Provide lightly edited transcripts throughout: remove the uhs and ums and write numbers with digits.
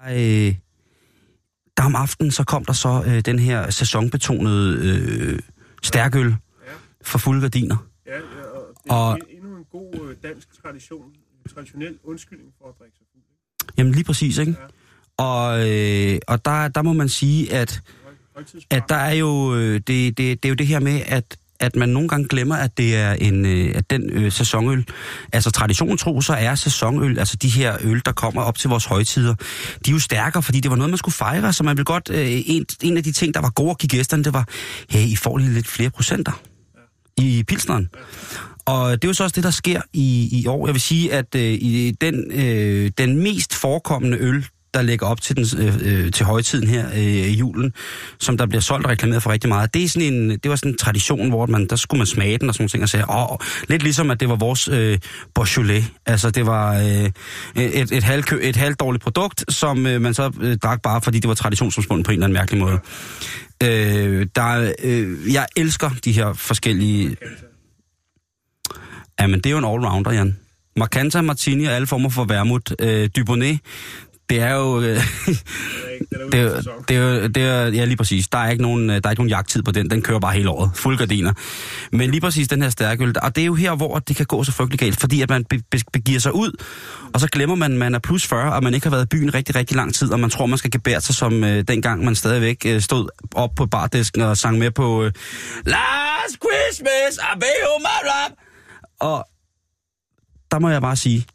Der om aftenen, så kom der så den her sæsonbetonede stærkøl for fulde gardiner. Ja, og det er endnu en god dansk traditionel undskyldning for at drikke sig fuld. Jamen lige præcis, ikke? Ja. Og der må man sige, at der er jo det er jo det her med, at man nogle gange glemmer, at det er at den sæsonøl, altså traditionen tro, så er sæsonøl, altså de her øl, der kommer op til vores højtider, de er jo stærkere, fordi det var noget, man skulle fejre, så man ville godt, en af de ting, der var gode at give gæsterne, det var, hey, I får lige lidt flere procenter i pilsneren. Og det er jo så også det, der sker i år. Jeg vil sige, at i den mest forekommende øl, der lægger op til til højtiden her i julen, som der bliver solgt og reklameret for rigtig meget. Det var sådan en tradition, hvor der skulle man smage den og sådan nogle ting, og sagde, lidt ligesom at det var vores Beaujolais. Altså det var et halvdårligt produkt, som man så drak bare, fordi det var traditionsomspundet på en eller anden mærkelig måde. Jeg elsker de her forskellige... Jamen, det er jo en allrounder, Jan. Marcanta, Martini og alle former for vermouth. Dubonnet, det er jo... det er ja, lige præcis. Der er ikke nogen jagttid på den. Den kører bare hele året. Fuld gardiner. Men lige præcis den her stærkøl, og det er jo her, hvor det kan gå så frygtelig galt, fordi at man begiver sig ud, og så glemmer man er plus 40, og man ikke har været i byen rigtig, rigtig lang tid, og man tror, man skal gebære sig som dengang man stadigvæk stod op på bardisken og sang med på Last Christmas, I be on my lap. Og der må jeg bare sige,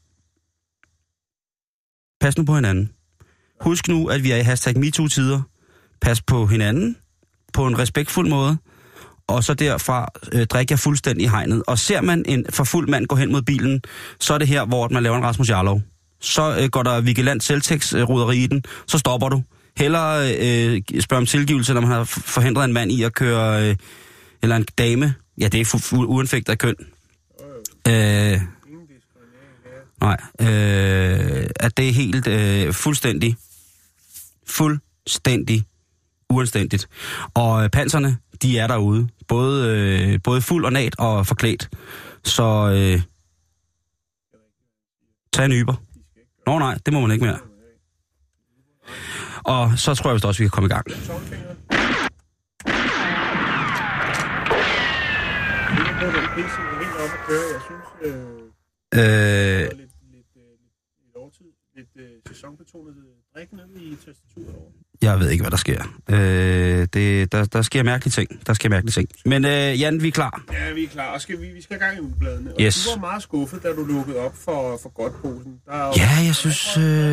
pas nu på hinanden. Husk nu, at vi er i #MeToo-tider. Pas på hinanden på en respektfuld måde. Og så derfra drikker jeg fuldstændig i hegnet. Og ser man en for fuld mand gå hen mod bilen, så er det her, hvor man laver en Rasmus Jarlov. Så går der Vigeland Celtex-roderi i den. Så stopper du. Hellere spørg om tilgivelse, når man har forhindret en mand i at køre... eller en dame. Ja, det er uanfægtet af køn. Nej, at det er helt fuldstændig uanstændigt. Og panserne, de er derude, både fuld og nat og forklædt. Så tag en yber. Nå nej, det må man ikke mere. Og så tror jeg vist også, vi kan komme i gang. sæsonbetonet drikkende i tastaturet over. Jeg ved ikke, hvad der sker. Der sker mærkelige ting. Men Jan, vi er klar. Ja, vi er klar. Og vi skal i gang i ugebladene. Og yes. Du var meget skuffet, da du lukkede op for Godtposen. Ja, jeg synes...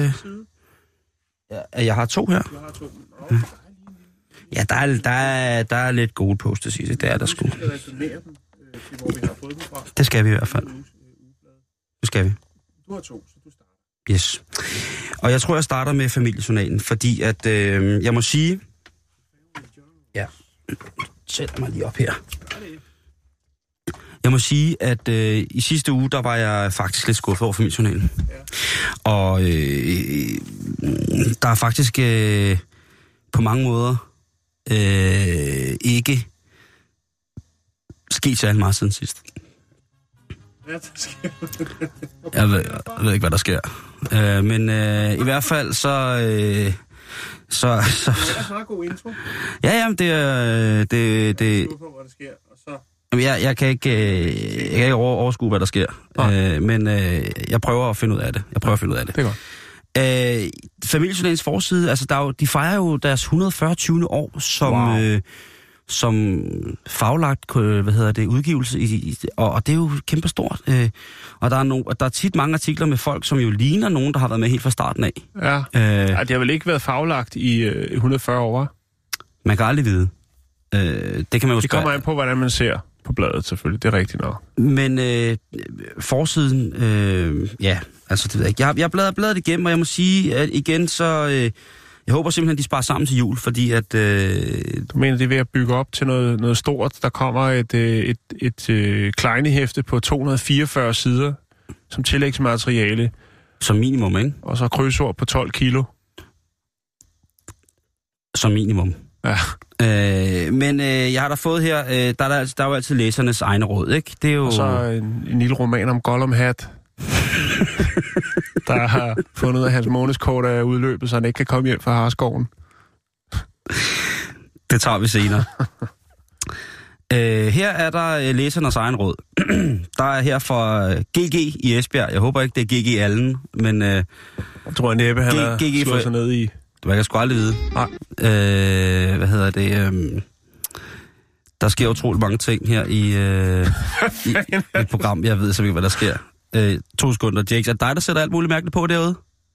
jeg har 2 her. Du har 2. Ja, der er lidt gode post til sidst. Det er der sgu. Vi skal resumere dem til, hvor vi har fået dem fra. Det skal vi i hvert fald. Det skal vi. Du har 2, så du starter. Yes. Og jeg tror, jeg starter med familiejournalen, fordi at jeg må sige... Ja, sætter mig lige op her. Jeg må sige, at i sidste uge, der var jeg faktisk lidt skuffet over familiejournalen. Ja. Og der er faktisk på mange måder ikke sket særlig meget siden sidst. Jeg ved ikke, hvad der sker. Men i hvert fald så... Det er meget god intro. Ja, jamen, det er... Jeg kan ikke overskue, hvad der sker. Men jeg prøver at finde ud af det. Det er godt. Familiejournalens forside, altså de fejrer jo deres 140. år som... Wow. Som faglagt, udgivelse, og det er jo kæmpestort. Og der er tit mange artikler med folk, som jo ligner nogen, der har været med helt fra starten af. Ja, det har vel ikke været faglagt i 140 år? Man kan aldrig vide. Det kan man jo det kommer an på, hvordan man ser på bladet, selvfølgelig. Det er rigtigt nok. Men forsiden, ja, altså det ved jeg ikke. Jeg har bladet igennem, og jeg må sige, at igen så... Jeg håber simpelthen, de sparer sammen til jul, fordi at... Du mener, det er ved at bygge op til noget stort? Der kommer et klejnehæfte på 244 sider som tillægsmateriale. Som minimum, ikke? Og så krydsord på 12 kilo. Som minimum. Ja. Men jeg har da fået her... Der er jo altid læsernes egne råd, ikke? Det er jo... Og så en lille roman om Gollum Hat. der har fundet, at hans månedskort er udløbet, så han ikke kan komme hjem fra Harskoven. Det tager vi senere. Her er der læsernes egen råd. Der er her fra GG i Esbjerg. Jeg håber ikke, det er GG Allen, men... jeg tror næppe, han har slået sig ned i... Det kan jeg sgu aldrig vide. Nej. Hvad hedder det? Der sker utroligt mange ting her i et program. Jeg ved simpelthen ikke, hvad der sker. 2 sekunder, Jakes. Er det dig, der sætter alt muligt mærkeligt på derude?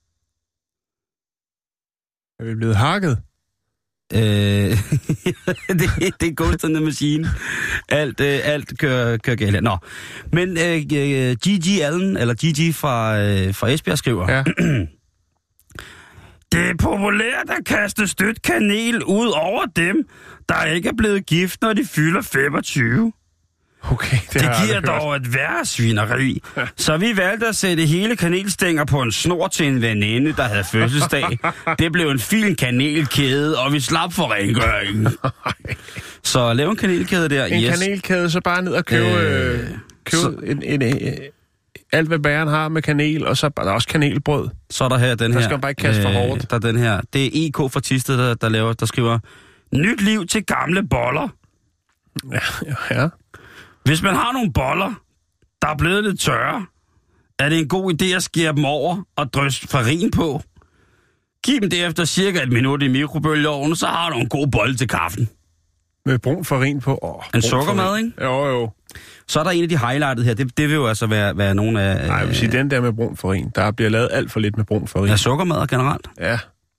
Er vi blevet hakket? Det er Ghost in the Machine. Alt kører galt. Nå. Men GG Allen, eller GG fra Esbjerg skriver... Ja. Det er populært at kaste stødt kanel ud over dem, der ikke er blevet gift, når de fylder 25. Okay, det giver dog et værre svineri. Så vi valgte at sætte hele kanelstænger på en snor til en veninde, der havde fødselsdag. Det blev en fin kanelkæde, og vi slap for rengøringen. Så lav en kanelkæde der. En kanelkæde, så bare ned og købe alt, hvad bæren har med kanel, og så er der også kanelbrød. Så er der her den her. Der skal man bare ikke kaste for hårdt. Der er den her. Det er EK fra Thisted, der skriver, nyt liv til gamle boller. Ja. Hvis man har nogle boller, der er blevet lidt tørre, er det en god idé at skære dem over og drysse farin på. Giv dem det efter cirka 1 minut i mikrobølgeovnen, så har du en god bolle til kaffen. Med brun farin på. En sukkermad, ikke? Jo. Så er der en af de highlighted her. Det vil jo altså være nogle af... Nej, jeg vil sige, den der med brun farin. Der bliver lavet alt for lidt med brun farin. Ja, sukkermad generelt. Ja.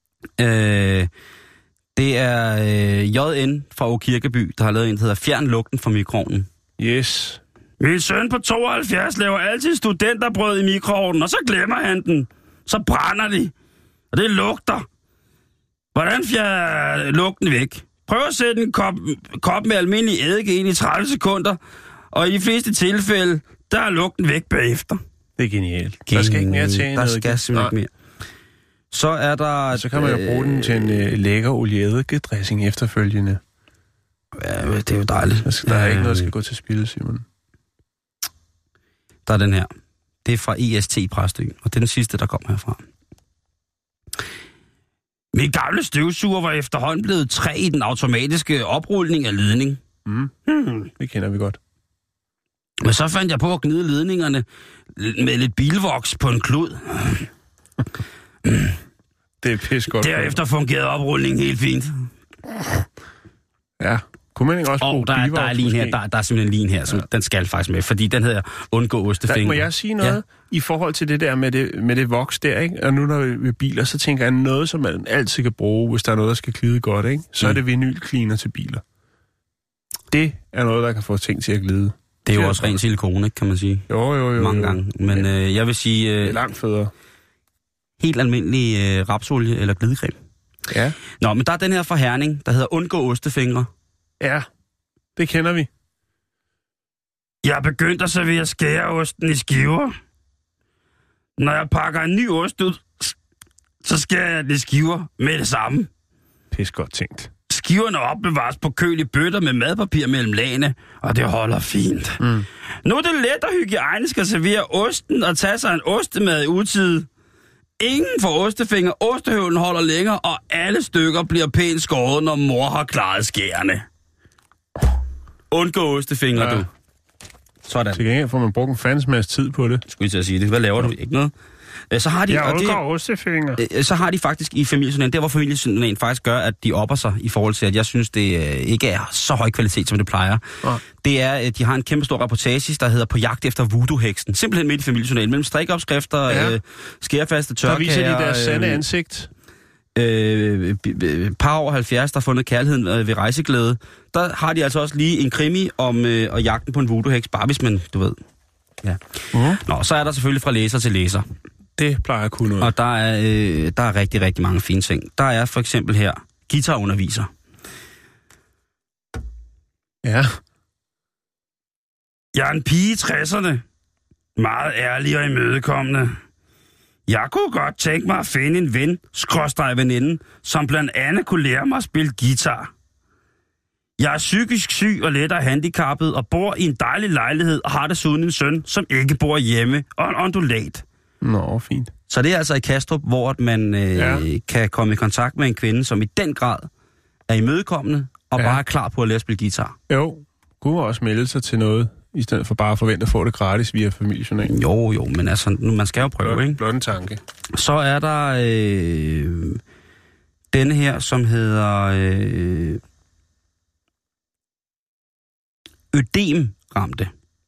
Det er JN fra Åkirkeby, der har lavet en, der hedder Fjern lugten fra mikroovnen. Yes. Min søn på 72 laver altid studenterbrød i mikroovnen, og så glemmer han den. Så brænder de. Og det lugter. Hvordan fjerner lugten væk? Prøv at sætte en kop med almindelig eddike ind i 30 sekunder, og i de fleste tilfælde, der er lugten væk bagefter. Det er genialt. Der skal ikke mere til. Der skal simpelthen ikke mere. Så er der... Så kan man jo bruge den til en lækker olieeddike-dressing efterfølgende. Ja, det er jo dejligt. Der er ikke noget, der skal gå til spilde, Simon. Der er den her. Det er fra EST Præstø, og det er den sidste, der kommer herfra. Min gamle støvsuger var efterhånden blevet træ i den automatiske oprulning af ledning. Det kender vi godt. Men så fandt jeg på at gnide ledningerne med lidt bilvoks på en klud. Det er pis godt. Derefter fungerede oprulningen helt fint. Ja. Kunne man ikke også bruge der er lige her, der er simpelthen lige her, som den skal faktisk med, fordi den hedder undgå ostefingre. Må jeg sige noget i forhold til det der med det voks der, ikke? Og nu når vi er biler, så tænker jeg noget, som man altid kan bruge, hvis der er noget, der skal glide godt, ikke? Så er det vinylcleaner til biler. Det er noget, der kan få ting til at glide. Det er jo også ren silikone, ikke, kan man sige. Jo. Mange gange. Men jeg vil sige... det er langt federe. Helt almindelig rapsolie eller glidecreme. Ja. Nå, men der er den her fra Herning, der hedder undgå ostefingre. Ja, det kender vi. Jeg er begyndt at servere skæreosten i skiver. Når jeg pakker en ny ost ud, så skærer jeg den i skiver med det samme. Pis godt tænkt. Skiverne opbevares på køl i bøtter med madpapir mellem lagene, og det holder fint. Nu er det let og hygiejnisk at servere osten og tage sig en ostemad i utide. Ingen får ostefingre, ostehøvlen holder længere, og alle stykker bliver pænt skåret, når mor har klaret skærene. Undgå ostefingre, du. Sådan. Til gengæld får man brugt en fandens masse tid på det. Skulle jeg til at sige det. Hvad laver du? Ikke noget? Så har de, jeg undgår ostefingre. Så har de faktisk i familiejournalen, der hvor familiejournalen faktisk gør, at de opper sig i forhold til, at jeg synes, det ikke er så høj kvalitet, som det plejer. Ja. Det er, at de har en kæmpe stor reportage, der hedder På jagt efter voodoo-heksen. Simpelthen midt i familiejournalen. Mellem strikopskrifter, skærefaste tørkager. Der viser de deres sande ansigt. Par over 70, der har fundet kærligheden ved rejseglæde. Der har de altså også lige en krimi om og jagten på en voodoo-heks, bare hvis man, du ved. Ja. Nå, så er der selvfølgelig fra læser til læser. Det plejer at kunne noget. Og der er rigtig, rigtig mange fine ting. Der er for eksempel her, guitarunderviser. Ja. Jeg er en pige i 60'erne. Meget ærlig og imødekommende. Jeg kunne godt tænke mig at finde en ven, /veninde, som blandt andet kunne lære mig at spille guitar. Jeg er psykisk syg og lettere handicappet og bor i en dejlig lejlighed og har desuden en søn, som ikke bor hjemme, og en ondulat. Nå, fint. Så det er altså i Kastrup, hvor man kan komme i kontakt med en kvinde, som i den grad er imødekommende, og bare er klar på at lære at spille guitar. Jo, kunne også melde sig til noget, i stedet for bare at forvente at få det gratis via familiejournalen. Jo, men altså, man skal jo prøve, ikke? Blot en tanke. Så er der denne her, som hedder ødemramte.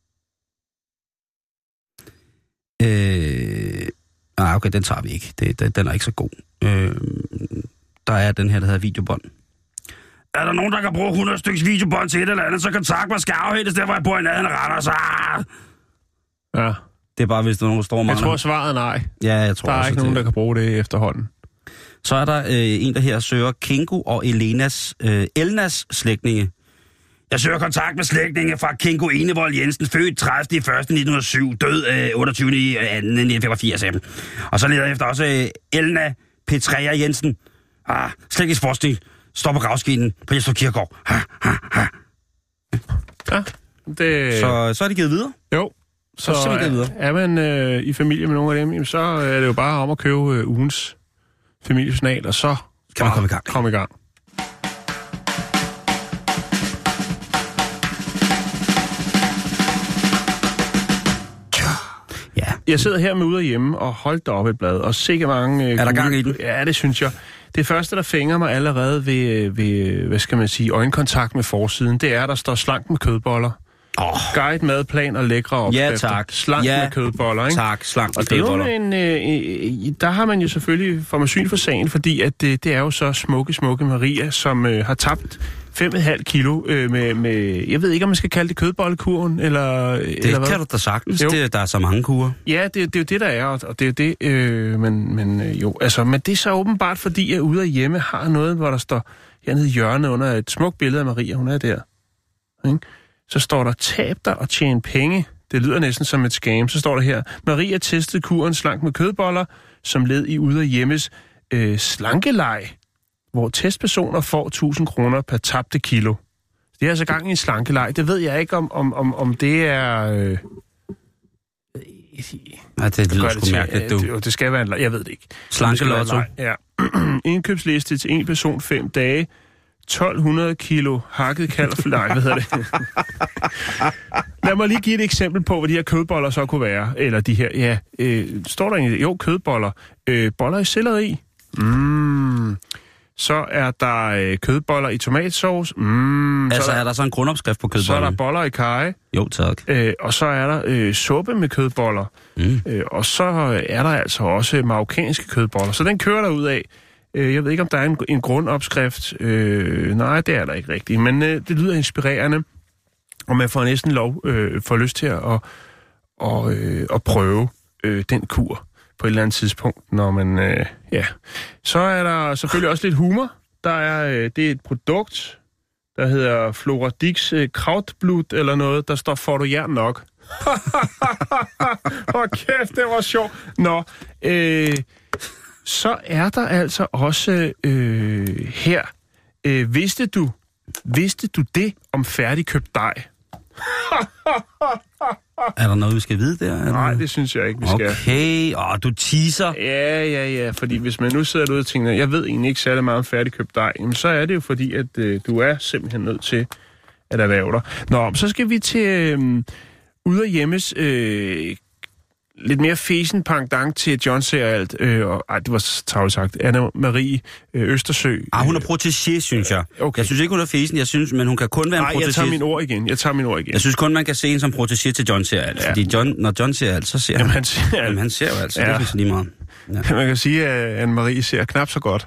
Okay, den tager vi ikke. Den er ikke så god. Der er den her, der hedder videobånd. Er der nogen, der kan bruge 100 stykker videobånd til et eller andet, så kontakt mig skal afhældes der, hvor jeg bor i nærheden af Randers. Ja. Det er bare, hvis der er nogen, der står og mangler. Jeg tror, svaret er nej. Ja, jeg tror der er også, ikke nogen, der kan bruge det efterhånden. Så er der en, der her søger Kingo og Elnas slægtninge. Jeg søger kontakt med slægtninge fra Kingo Enevold Jensen, født 30. 1. 1907, død 28. 2. 1985. Og så leder jeg efter også Elna Petrea Jensen. Slægtningsforskning. Står på gravskinen på Jesper Kirkegaard. Ja, det... Så er det givet videre? Jo. Så er man i familie med nogle af dem, så er det jo bare om at købe ugens familiejournal, og så kan man komme i gang. Ja. Jeg sidder her med ude og hjemme og holdt op et blad, og sikkert mange... er der gang i den? Ja, det synes jeg. Det første, der fænger mig allerede ved hvad skal man sige, øjenkontakt med forsiden, det er, at der står slank med kødboller. Guide, madplan og lækre opskrifter. Ja, tak. Slank med kødboller, ikke? Tak, slank med kødboller. Og der har man jo selvfølgelig for syn for sagen, fordi at det er jo så smukke Maria, som har tabt 5,5 kilo med... Jeg ved ikke, om man skal kalde det kødbollekurven, eller hvad? Kan du da sagtens. Der er så mange kurer. Ja, det er jo det, der er, og det er det... Men det er så åbenbart, fordi jeg ude af hjemme har noget, hvor der står hernede i hjørnet under et smukt billede af Maria. Hun er der. Ikke? Så står der, tab dig og tjene penge. Det lyder næsten som et scam. Så står der her, Maria testede kuren slank med kødboller, som led i ude af hjemmes slankeleg, hvor testpersoner får 1.000 kroner per tabte kilo. Det er altså gang i en slankeleg. Det ved jeg ikke, om det er... Nej, det lyder sgu mærkeligt, du. Det skal være en... Jeg ved det ikke. Slankelotto. Ja. Indkøbsliste til en person 5 dage. 1.200 kilo hakket kalvfilej, hvad hedder det? Lad mig lige give et eksempel på, hvad de her kødboller så kunne være. Eller de her, står der egentlig? Jo, kødboller. Boller i selleri. Så er der kødboller i tomatsauce. Altså, er der så en grundopskrift på kødboller? Så er der boller i karry. Jo, tak. Og så er der suppe med kødboller. Og så er der altså også marokkanske kødboller. Så den kører der ud af. Jeg ved ikke, om der er en grundopskrift. Nej, det er der ikke rigtigt. Men det lyder inspirerende. Og man får næsten får lyst til at prøve den kur på et eller andet tidspunkt, når man... Så er der selvfølgelig også lidt humor. Det er et produkt, der hedder Floradix Krautblut eller noget. Der står, får du jern nok. Hvor kæft, det var sjovt. Nå, så er der altså også her. Vidste du det om færdigkøbt dej? Er der noget, vi skal vide der? Nej, det synes jeg ikke, vi skal. Okay, du teaser. Ja, fordi hvis man nu sidder derude og tænker, jeg ved egentlig ikke særlig meget om færdigkøbt dej, så er det jo fordi, at du er simpelthen nødt til at erhverve dig. Nå, så skal vi til ude af hjemmes lidt mere fesen pendant til John ser alt. Det var travlt sagt. Anna Marie Østersø. Hun er protégé, synes jeg. Okay. Jeg synes ikke, hun er fesen. Jeg synes, men hun kan kun være en protégé. Jeg tager min ord igen. Jeg synes kun, man kan se en som protégé til John ser alt. Ja. Fordi når John ser alt, så ser han. Han ser jo alt, så det er lige meget. Ja. Man kan sige, at Anna Marie ser knap så godt.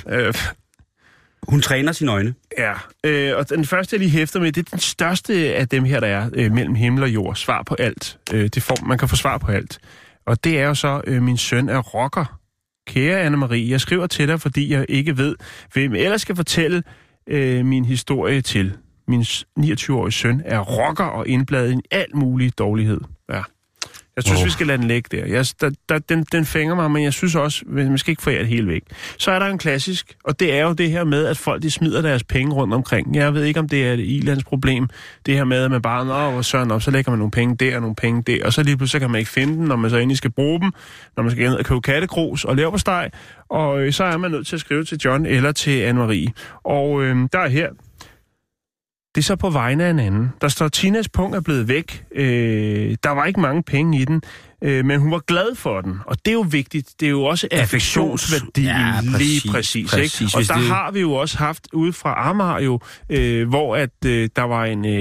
Hun træner sine øjne. Ja, og den første, jeg lige hæfter med, det er den største af dem her, der er mellem himmel og jord. Svar på alt. Man kan få svar på alt. Og det er jo så, min søn er rocker. Kære Anne-Marie, jeg skriver til dig, fordi jeg ikke ved, hvem ellers skal fortælle min historie til. Min 29-årige søn er rocker og indbladet i alt mulig dårlighed. Ja, Jeg synes, vi skal lade den ligge der. Den fænger mig, men jeg synes også, man skal ikke forære det helt væk. Så er der en klassisk, og det er jo det her med, at folk de smider deres penge rundt omkring. Jeg ved ikke, om det er et ilandsproblem. Det her med, at man bare, hvor søren op, så lægger man nogle penge der og nogle penge der, og så lige pludselig kan man ikke finde dem, når man så endelig skal bruge dem, når man skal ned og købe kattekrus og leverpostej, og så er man nødt til at skrive til John eller til Anne-Marie. Og der er her, det er så på vegne af en anden. Der står, Tinas punkt er blevet væk. Der var ikke mange penge i den, men hun var glad for den. Og det er jo vigtigt. Det er jo også affektionsværdien. Ja, lige præcis. Ikke? Og der har vi jo også haft ude fra Amager jo, hvor at der var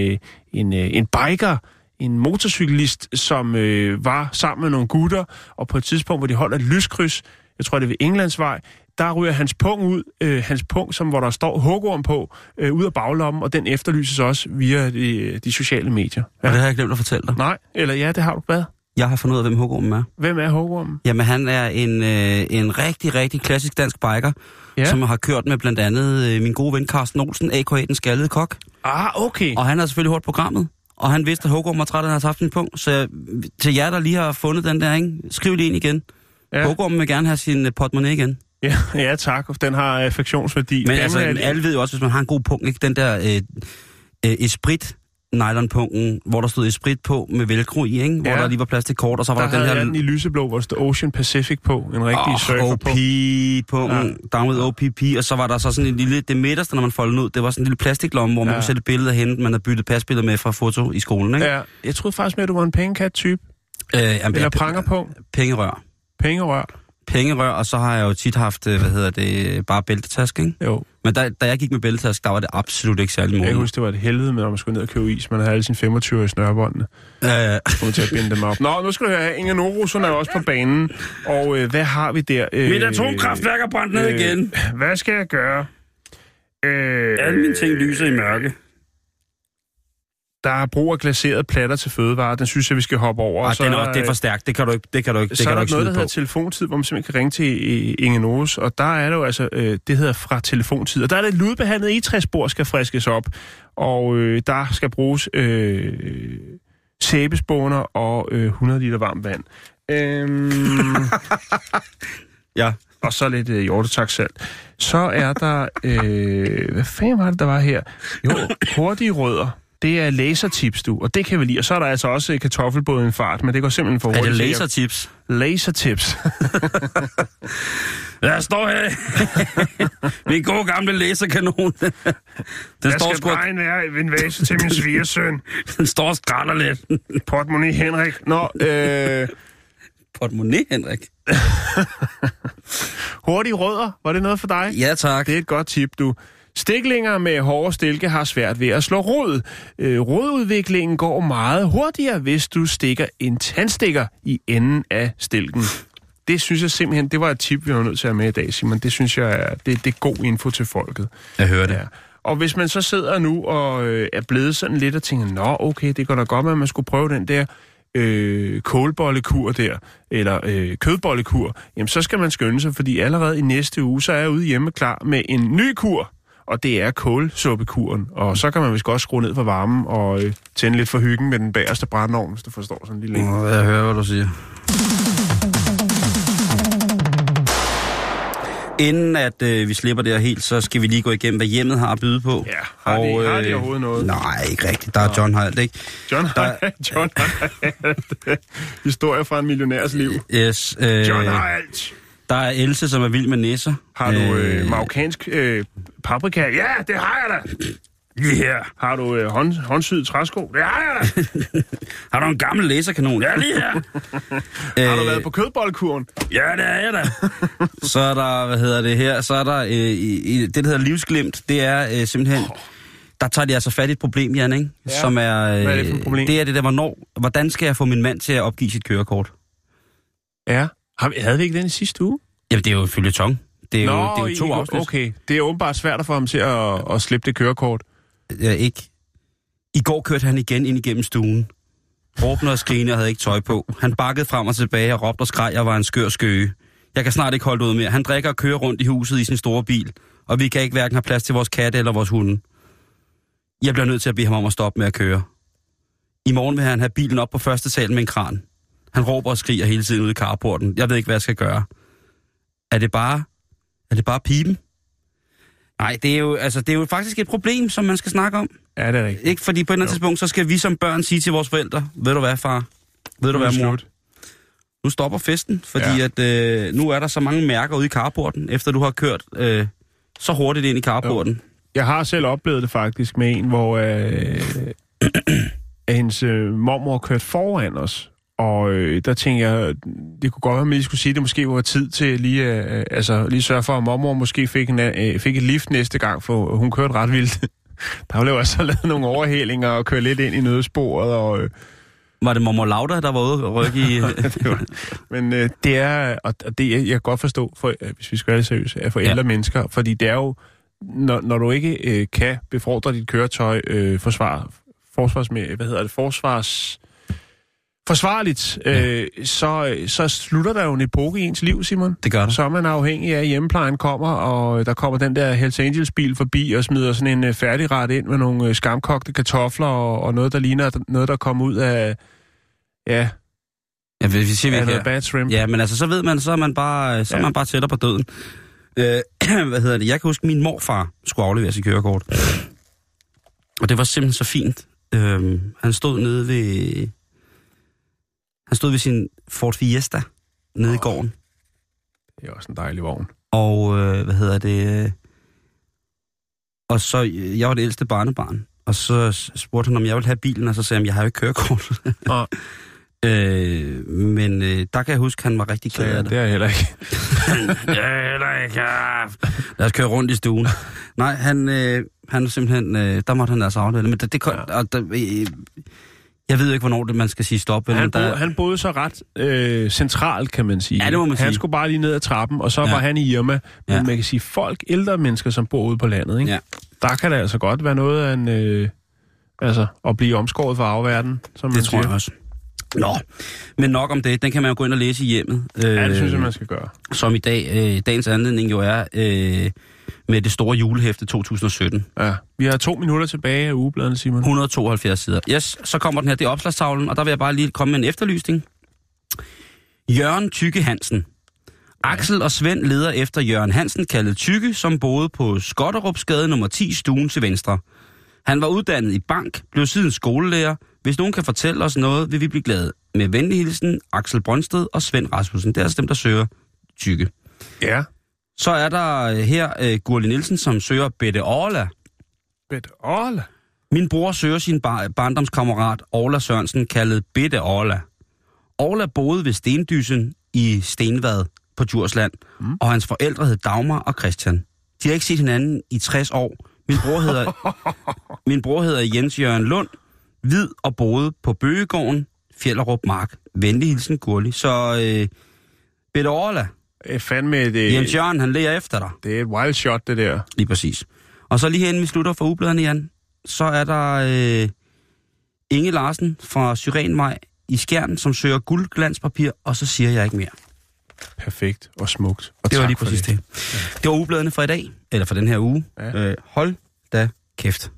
en biker, en motorcyklist, som var sammen med nogle gutter, og på et tidspunkt, hvor de holdt et lyskryds, jeg tror, det er ved Englandsvej, der ryger hans pung ud, hvor der står hugorm på, ud af baglommen, og den efterlyses også via de sociale medier. Ja. Og det har jeg glemt at fortælle dig. Nej, eller ja, det har du. Hvad? Jeg har fundet ud af, hvem hugormen er. Hvem er hugormen? Jamen, han er en rigtig, rigtig klassisk dansk biker, som har kørt med blandt andet min gode ven Carsten Olsen, a.k.a. den skaldede kok. Okay. Og han har selvfølgelig hørt programmet, og han vidste, at hugormen var træt, at han havde haft en punkt. Så til jer, der lige har fundet den der, ikke? Skriv det ind igen. Ja. Hugormen vil gerne have sin portemonnaie igen. Ja, tak. Den har affektionsværdi. Men altså, alle ved jo også, hvis man har en god punkt, ikke? Den der Esprit nylonpunkten, hvor der stod Esprit på med velcro i, ikke? Hvor der lige var plads til kort, og så var der den her... den i lyseblå, hvor der stod Ocean Pacific på, en rigtig surfer på. OP-punkten, down with OPP, og så var der så sådan en lille, det midterste, når man foldede ud, det var sådan en lille plastiklomme, hvor man kunne sætte billeder hen, man havde byttet pasbilleder med fra foto i skolen, ikke? Ja, jeg troede faktisk med, at du var en pengekat-type. Eller prangerpunkt. Pengerør, og så har jeg jo tit haft, bare bæltetask, ikke? Jo. Men da jeg gik med bæltetask, der var det absolut ikke særlig modigt. Jeg husker, det var et helvede med, når man skulle ned og købe is. Man havde alle sine 25 i snørbåndene. Ja. Skulle til at binde dem op. Nå, nu skal du høre, Inge Norus, hun er også på banen. Og hvad har vi der? Mit atomkraftværk er brændt ned igen. Hvad skal jeg gøre? Alle mine ting lyser i mørke. Der er brug af glaserede platter til fødevarer. Den synes jeg, vi skal hoppe over. Det er for stærkt. Det kan du ikke. Så er der noget, der hedder telefontid, hvor man simpelthen kan ringe til Inge Norus. Og der er det jo altså, det hedder fra telefontid. Og der er det lydbehandlet egetræsspor, skal friskes op. Og der skal bruges sæbespåner og 100 liter varmt vand. Ja. Og så lidt hjortetaksalt. Så er der... hvad fanden var det, der var her? Jo, hurtige rødder. Det er lasertips, du, og det kan vi lide. Og så er der altså også kartoffelbåden fart, men det går simpelthen for hurtigt. Er det lasertips? Lasertips. Der står her. Min gode gamle laserkanon. Jeg skal bare en vase til min svigersøn. Den står og skræller lidt. Portemonnaie Henrik. Nå, Portemonnaie Henrik? Hurtige rødder, var det noget for dig? Ja, tak. Det er et godt tip, du. Stiklinger med hårde stilke har svært ved at slå rod. Rodudviklingen går meget hurtigere, hvis du stikker en tandstikker i enden af stilken. Det synes jeg simpelthen, det var et tip, vi var nødt til at have med i dag, Simon. Det synes jeg, det er god info til folket. Jeg hører det. Ja. Og hvis man så sidder nu og er blevet sådan lidt og tænker, nå okay, det går da godt med, at man skulle prøve den der kålbollekur der, eller kødbollekur, jamen så skal man skynde sig, fordi allerede i næste uge, så er jeg ude hjemme klar med en ny kur. Og det er kålsuppekuren. Og så kan man vist godt skrue ned for varmen og tænde lidt for hyggen med den bagerste brændeovn, hvis du forstår sådan en lille en. Jeg hører, hvad du siger. Inden at vi slipper det her helt, så skal vi lige gå igennem, hvad hjemmet har at byde på. Ja, har de overhovedet noget? Nej, ikke rigtigt. Der er John har alt, ikke? John har alt. Historier fra en millionærs liv. Yes. John har alt. Der er Else, som er vild med næsser. Har du marokkansk paprika? Ja, det har jeg da. Lige her. Har du håndsyet træsko? Det har jeg da. Har du en gammel laserkanon? Ja, lige her. Har du været på kødboldkuren? Ja, det er jeg da. Så er der, her? Så er der det, der hedder livsglimt. Det er simpelthen... Der tager de altså fat i et problem, Jan, ikke? Ja. Som er... Hvad er det for et problem? Det er det der, hvordan skal jeg få min mand til at opgive sit kørekort? Ja. Havde vi ikke den i sidste uge? Jamen, det er jo føljeton. Det er jo 2 afsnit. Okay, det er åbenbart svært at få ham til at slippe det kørekort. Ja, ikke. I går kørte han igen ind igennem stuen. Råbende og skrigende og havde ikke tøj på. Han bakkede frem og tilbage og råbte og skreg, jeg var en skør skøge. Jeg kan snart ikke holde ud mere. Han drikker og kører rundt i huset i sin store bil. Og vi kan ikke hverken have plads til vores katte eller vores hunde. Jeg bliver nødt til at bede ham om at stoppe med at køre. I morgen vil han have bilen op på første sal med en kran. Han råber og skriger hele tiden ude i carporten. Jeg ved ikke, hvad jeg skal gøre. Er det bare pipen? Nej, det er jo faktisk et problem, som man skal snakke om. Ja, det er rigtigt. Ikke, fordi på et eller andet tidspunkt, så skal vi som børn sige til vores forældre, ved du hvad, far? Ved du hvad, mor? Nu stopper festen, fordi at nu er der så mange mærker ude i carporten, efter du har kørt så hurtigt ind i carporten. Jo. Jeg har selv oplevet det faktisk med en, hvor hendes mormor kørte foran os. Og der tænker jeg, det kunne godt være, at vi skulle sige, at det måske var tid til lige sørge for, at mormor måske fik et lift næste gang, for hun kørte ret vildt. Der blev også lavet nogle overhælinger og køre lidt ind i nødsporet. Og, var det mormor Lauda, der var ude og rykke i? Men det er, og det jeg kan godt forstå, hvis vi skal være seriøse, er for ældre mennesker, fordi det er jo, når du ikke kan befordre dit køretøj forsvarligt, så slutter der jo en epoke i ens liv, Simon. Det gør det. Så er man afhængig af, at hjemmeplejen kommer, og der kommer den der Hells Angels-bil forbi og smider sådan en færdigret ind med nogle skamkogte kartofler og noget, der ligner noget, der kommer ud af, vi siger, noget bad shrimp. Ja, men altså, så ved man, så er man bare tættere på døden. Jeg kan huske, at min morfar skulle aflevere sit kørekort. Og det var simpelthen så fint. Han stod ved sin Ford Fiesta nede i gården. Det er også en dejlig vogn. Og og så, jeg var det ældste barnebarn. Og så spurgte han, om jeg ville have bilen, og så sagde han, jeg har jo ikke kørekort. Men der kan jeg huske, han var rigtig glad af det. Det er jeg heller ikke. Det er heller ikke. Lad os køre rundt i stuen. Nej, han simpelthen, der måtte han altså aflevere. Men jeg ved ikke, hvornår man skal sige stop. Han boede så ret centralt, kan man sige. Ja, det må man sige. Han skulle bare lige ned ad trappen, og så var han i Irma. Men man kan sige, ældre mennesker, som bor ude på landet, ikke? Ja. Der kan det altså godt være noget af en... at blive omskåret fra afverden, som man siger. Det tror jeg også. Nå, men nok om det. Den kan man jo gå ind og læse i hjemmet. Ja, det synes jeg, man skal gøre. Som i dag, dagens anledning jo er med det store julehæfte 2017. Ja, vi har 2 minutter tilbage af ugebladene, Simon. 172 sider. Yes, så kommer den her, det er opslagstavlen, og der vil jeg bare lige komme med en efterlysning. Jørgen Tykke Hansen. Axel og Svend leder efter Jørgen Hansen, kaldet Tykke, som boede på Skotterupsgade nummer 10, stuen til venstre. Han var uddannet i bank, blev siden skolelærer. Hvis nogen kan fortælle os noget, vil vi blive glade. Med venlig hilsen, Axel Brøndsted og Svend Rasmussen. Det er altså dem, der søger Tykke. Ja. Så er der her Gurli Nielsen, som søger Bette Orla. Bette Orla? Min bror søger sin barndomskammerat Orla Sørensen, kaldet Bette Orla. Orla boede ved Stendysen i Stenvad på Djursland, og hans forældre hed Dagmar og Christian. De har ikke set hinanden i 60 år. Min bror hedder Jens Jørgen Lund, hvid og boede på Bøgegården, Fjellerup Mark. Venlig hilsen, Gurli. Så Bette Orla. Jens Jørgen, han lærer efter dig. Det er et wild shot, det der. Lige præcis. Og så lige herinde, vi slutter for ugebladene, Jan, så er der Inge Larsen fra Syrenvej i Skjern, som søger guldglanspapir, og så siger jeg ikke mere. Perfekt og smukt. Og det var lige præcis det. Ja. Det var ugebladene for i dag, eller for den her uge. Ja. Hold da kæft.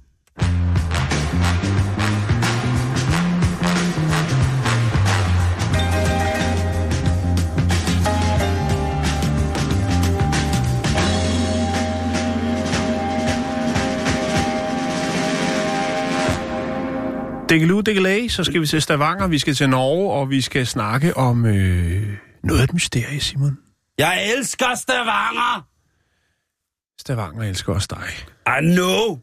Dikkelú, så skal vi til Stavanger, vi skal til Norge, og vi skal snakke om noget af et mysterie, Simon. Jeg elsker Stavanger! Stavanger elsker også dig. I know!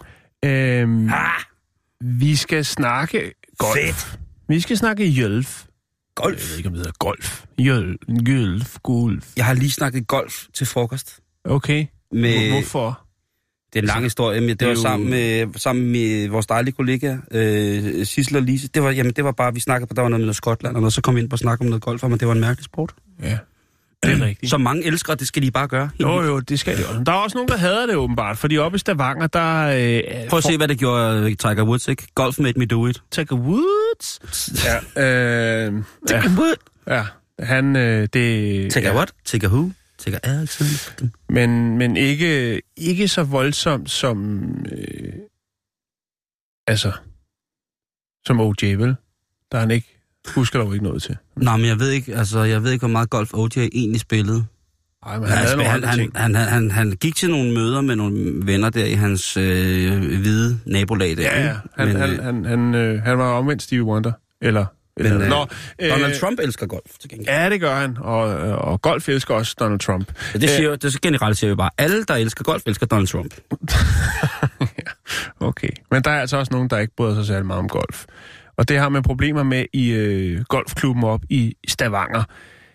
Vi skal snakke golf. Fedt! Vi skal snakke jølf. Golf? Jeg ved ikke, om det hedder golf. Golf. Jeg har lige snakket golf til frokost. Okay. Hvorfor? Det er en lang historie, men det var sammen med vores dejlige kollega, Sissel og Lise. Det var bare, vi snakkede på, der var noget med Skotland, og noget, så kom vi ind på at snakke om noget golf, men det var en mærkelig sport. Ja, det er rigtigt. Så mange elsker, det skal de bare gøre. Jo, det skal de også. Der er også nogen, der hader det åbenbart, fordi oppe i Stavanger, der... Prøv at se, hvad det gjorde Tiger Woods, ikke? Golf made me do it. Tiger Woods? Ja. Tiger Woods? Ja, han... Tiger what? Tiger who? Tiger altid. Men ikke så voldsomt som... som O.J. vel? Der er han ikke... husker dog ikke noget til. Nej, men jeg ved ikke, hvor meget golf OJ egentlig spillede. Nej, men han gik til nogle møder med nogle venner der i hans hvide nabolag der. Ja. Han var omvendt Stevie Wonder. Donald Trump elsker golf, til gengæld. Ja, det gør han. Og golf elsker også Donald Trump. Ja, det generelt siger vi bare. Alle, der elsker golf, elsker Donald Trump. Ja, okay. Men der er altså også nogen, der ikke bryder sig særlig meget om golf. Og det har man problemer med i golfklubben op i Stavanger.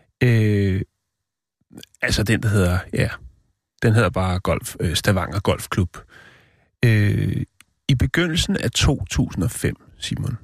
Altså den, der hedder... Ja, den hedder bare Stavanger Golfklub. I begyndelsen af 2005, Simon,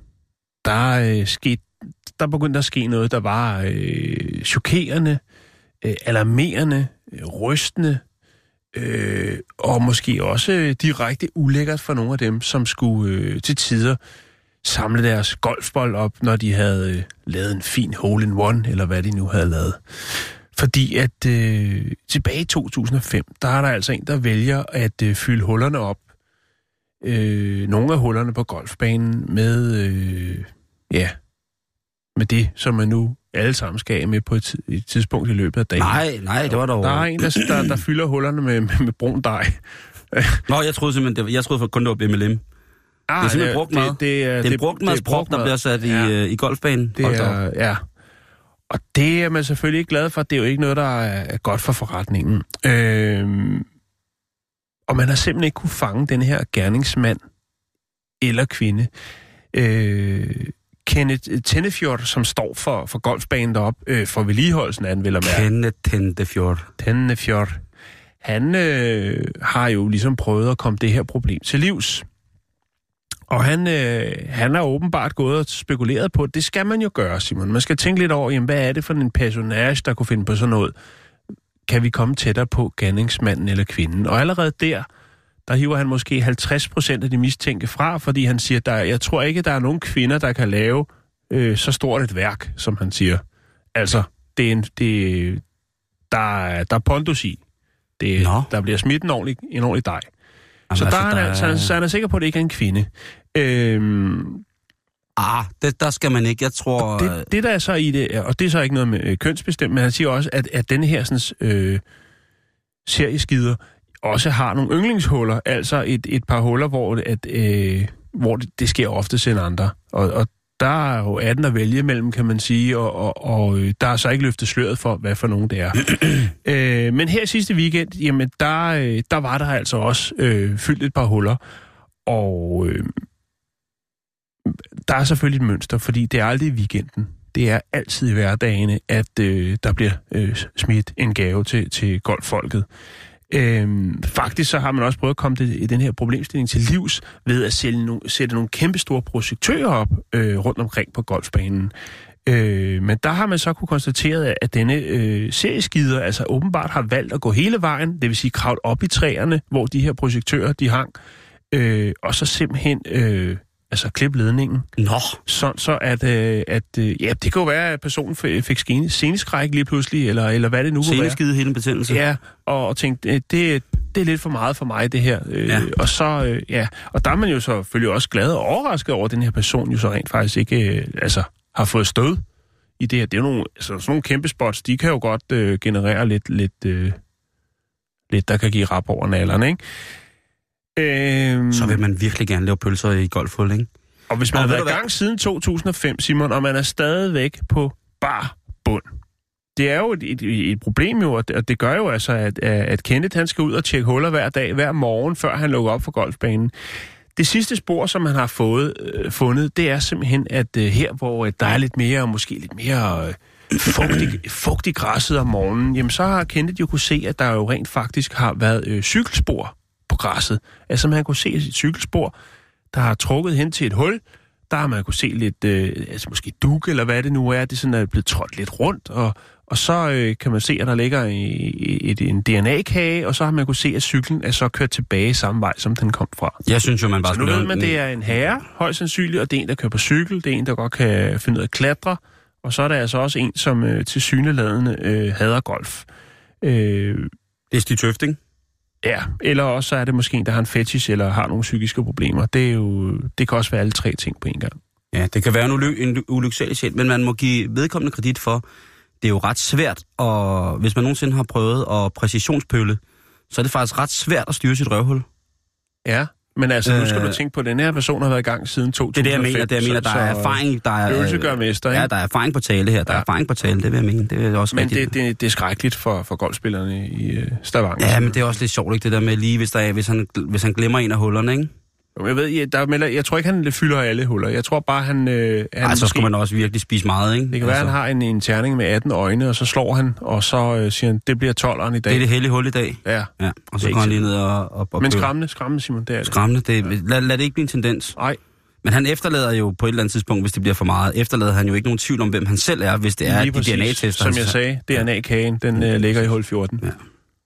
der begyndte at ske noget, der var chokerende, alarmerende, rystende, og måske også direkte ulækkert for nogle af dem, som skulle til tider samle deres golfbold op, når de havde lavet en fin hole-in-one, eller hvad de nu havde lavet. Fordi at tilbage i 2005, der er der altså en, der vælger at fylde hullerne op. Nogle af hullerne på golfbanen med med det, som man nu alle sammen skal af med på et tidspunkt i løbet af dagen. Nej, det var dog... Der er en, der fylder hullerne med brun dej. Nå, jeg troede kun, det var BMLM. Det er simpelthen brugt mad. Det er en brugtmadsprog, der bliver sat i golfbanen. Ja. Og det er man selvfølgelig ikke glad for. Det er jo ikke noget, der er godt for forretningen. Og man har simpelthen ikke kunne fange den her gerningsmand eller kvinde. Kenneth Tennefjord, som står for golfbanen deroppe, for vedligeholdelsen af den, vil jeg mærke. Kenneth Tennefjord. Han har jo ligesom prøvet at komme det her problem til livs. Og han har åbenbart gået og spekuleret på, det skal man jo gøre, Simon. Man skal tænke lidt over, jamen, hvad er det for en personage, der kunne finde på sådan noget? Kan vi komme tættere på gerningsmanden eller kvinden? Og allerede der hiver han måske 50% af de mistænkte fra, fordi han siger, jeg tror ikke, der er nogen kvinder, der kan lave så stort et værk, som han siger. Altså, der er pondus i. Der bliver smidt en ordentlig dej. Så han er sikker på, at det ikke er en kvinde. Der skal man ikke, jeg tror... Det der er så i det, og det er så ikke noget med kønsbestemt, men han siger også, at denne her sådan, serieskider også har nogle yndlingshuller, altså et par huller, hvor det sker oftest end andre. Og der er jo 18 at vælge mellem, kan man sige, og der er så ikke løftet sløret for, hvad for nogen det er. Men her sidste weekend, jamen der var der altså også fyldt et par huller, og der er selvfølgelig et mønster, fordi det er aldrig i weekenden. Det er altid i hverdagene, at der bliver smidt en gave til golffolket. Faktisk så har man også prøvet at komme i den her problemstilling til livs ved at sætte nogle kæmpe store projektører op rundt omkring på golfbanen. Men der har man så kunne konstatere, at denne serieskider altså åbenbart har valgt at gå hele vejen, det vil sige kravle op i træerne, hvor de her projektører de hang, og så simpelthen klippe ledningen. Nå. Så at det kan jo være, at personen fik seneskræk lige pludselig, eller hvad det nu kunne være. Seneskide hele betændelse. Ja, og tænkte, det er lidt for meget for mig, det her. Og så, og der er man jo selvfølgelig også glad og overrasket over, at den her person jo så rent faktisk ikke har fået stød i det her. Det er jo nogle, sådan nogle kæmpe spots, de kan jo godt generere lidt, der kan give rap over nallerne, ikke? Så vil man virkelig gerne lave pølser i golfhul, ikke? Og hvis man har været i gang siden 2005, Simon, og man er stadigvæk på bar bund. Det er jo et problem jo, og det gør jo altså, at Kenneth han skal ud og tjekke huller hver dag, hver morgen, før han lukker op for golfbanen. Det sidste spor, som han har fundet, det er simpelthen, at her, hvor der er lidt mere fugtig græsset om morgenen, jamen så har Kenneth jo kunne se, at der jo rent faktisk har været cykelspor på græsset. Altså man kunne se et cykelspor, der har trukket hen til et hul. Der har man kunne se lidt, måske dug, eller hvad det nu er. Det sådan er blevet trådt lidt rundt, og så kan man se, at der ligger en DNA-kage, og så har man kunne se, at cyklen er så kørt tilbage samme vej, som den kom fra. Jeg synes jo, man bare... Så nu ved man, det er en herre, højst sandsynligt, og det er en, der kører på cykel. Det er en, der godt kan finde ud af at klatre. Og så er der altså også en, som tilsyneladende hader golf. Det er Stig Tøfting. Ja, eller også så er det måske en, der har en fetish eller har nogle psykiske problemer. Det kan også være alle tre ting på en gang. Ja, det kan være en ulykksalig sjæl, men man må give vedkommende kredit for, det er jo ret svært, og hvis man nogensinde har prøvet at præcisionspølle, så er det faktisk ret svært at styre sit røvhul. Ja, men altså nu skal du tænke på, at den her person har været i gang siden 2005. Det er det, jeg mener. Der er erfaring. Der er, øvelse gør mester, ikke? Ja, der er erfaring på tale her. Der er erfaring på tale, det vil jeg mene. Det er også men rigtigt. det er skrækkeligt for golfspillerne i Stavanger. Ja, men det er også lidt sjovt, ikke? Det der med lige, hvis han glemmer en af hullerne, ikke? Jeg ved, jeg tror ikke, han fylder alle huller. Jeg tror bare, han så skal man også virkelig spise meget, ikke? Det kan være, han har en terning med 18 øjne, og så slår han, og så siger han, det bliver 12'eren i dag. Det er det hellige hul i dag. Ja. Og så går han lige ned og men skræmmende, Simon, det er det. Skræmmende, lad det ikke blive en tendens. Nej. Men han efterlader jo på et eller andet tidspunkt, hvis det bliver for meget, efterlader han jo ikke nogen tvivl om, hvem han selv er, hvis det er de DNA-tester. Som jeg sagde, DNA-kagen, den ligger i hul 14. Ja.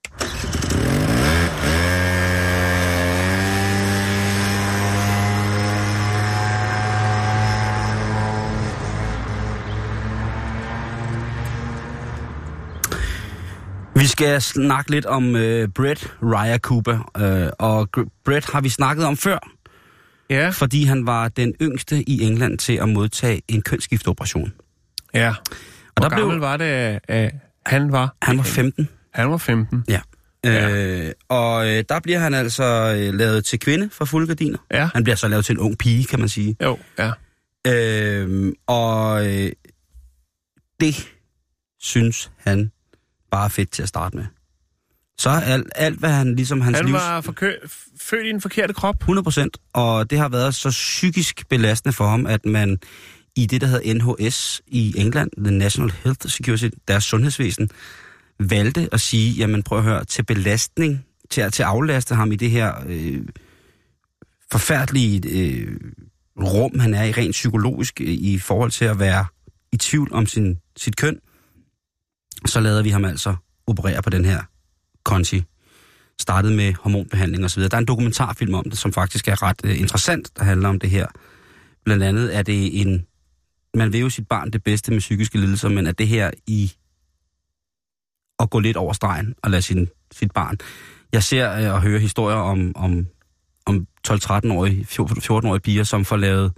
Vi skal snakke lidt om Brett Raya Cooper, og Brett har vi snakket om før, fordi han var den yngste i England til at modtage en kønsskifteoperation. Ja, og hvor gammel var det, han var? Han var 15. Han var 15? Ja. Og der bliver han altså lavet til kvinde for fulde gardiner. Ja. Han bliver så lavet til en ung pige, kan man sige. Jo, ja. Og det synes han bare fedt til at starte med. Så alt hvad han ligesom hans livs... Han var født i en forkerte krop. 100%, og det har været så psykisk belastende for ham, at man i det, der hedder NHS i England, The National Health Security, deres sundhedsvæsen, valgte at sige, jamen prøv at høre, til belastning, til at aflaste ham i det her forfærdelige rum, han er i rent psykologisk, i forhold til at være i tvivl om sit køn, så lavede vi ham altså operere på den her konti. Startede med hormonbehandling og så videre. Der er en dokumentarfilm om det, som faktisk er ret interessant, der handler om det her. Blandt andet er det man vil jo sit barn det bedste med psykiske lidelser, men at det her i at gå lidt over stregen og lade sit barn. Jeg ser og hører historier om 12-13-årige, 14-årige piger, som får lavet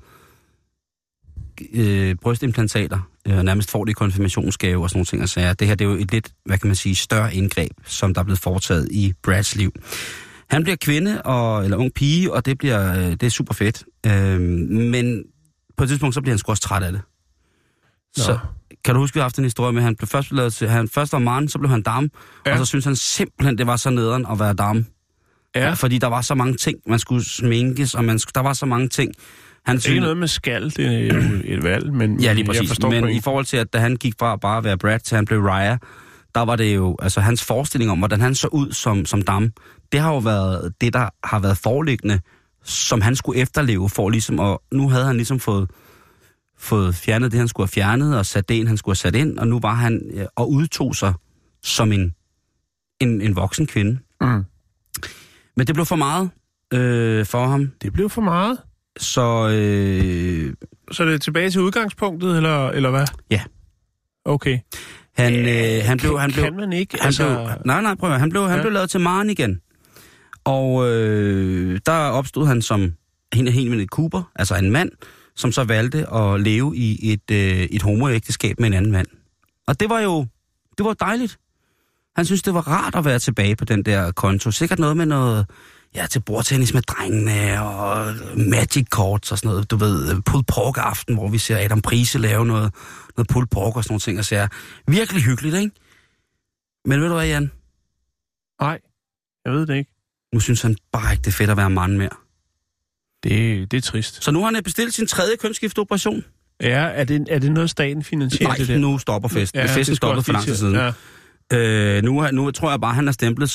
brystimplantater, nærmest får det i konfirmationsgave og sådan nogle ting. Så det her det er jo et lidt, hvad kan man sige, større indgreb, som der er blevet foretaget i Brads liv. Han bliver kvinde eller ung pige, og det er super fedt. Men på et tidspunkt, så bliver han sgu også træt af det. Nå. Så kan du huske, vi har haft en historie med, at han først var mand, så blev han dame, og så synes han simpelthen, det var så nederen at være dame. Ja. Fordi der var så mange ting, man skulle sminkes, og der var så mange ting. Det er ikke noget med skal, det er jo et valg, men ja, lige præcis. Men i forhold til, at da han gik fra bare at være Brad til han blev Raya, der var det jo, altså hans forestilling om, hvordan han så ud som dame, det har jo været det, der har været foreliggende, som han skulle efterleve for ligesom, og nu havde han ligesom fået fjernet det, han skulle have fjernet, og sat det ind, han skulle have sat ind, og nu var han og udtog sig som en voksen kvinde. Mm. Men det blev for meget for ham. Det blev for meget? Så er det tilbage til udgangspunktet, eller hvad? Ja. Okay. Han blev... Kan man ikke? Nej, prøv at han blev lavet til Maren igen. Og der opstod han som en Cooper, altså en mand, som så valgte at leve i et homoægteskab med en anden mand. Og det var dejligt. Han synes, det var rart at være tilbage på den der konto. Sikkert noget med noget... Ja, til bordtennis med drengene og magic cards og sådan noget. Du ved, pulled pork aften, hvor vi ser Adam Prise lave noget pulled pork og sådan nogle ting. Og ser virkelig hyggeligt, ikke? Men ved du hvad, Jan? Nej, jeg ved det ikke. Nu synes han bare ikke, det er fedt at være mand mere. Det er trist. Så nu har han bestilt sin 3. kønsskifteoperation. Ja, er det noget, staten finansierer? Nej, det der? Nu stopper festen. Ja, festen stoppede for lang tid siden. Ja. Nu tror jeg bare, han er stemplet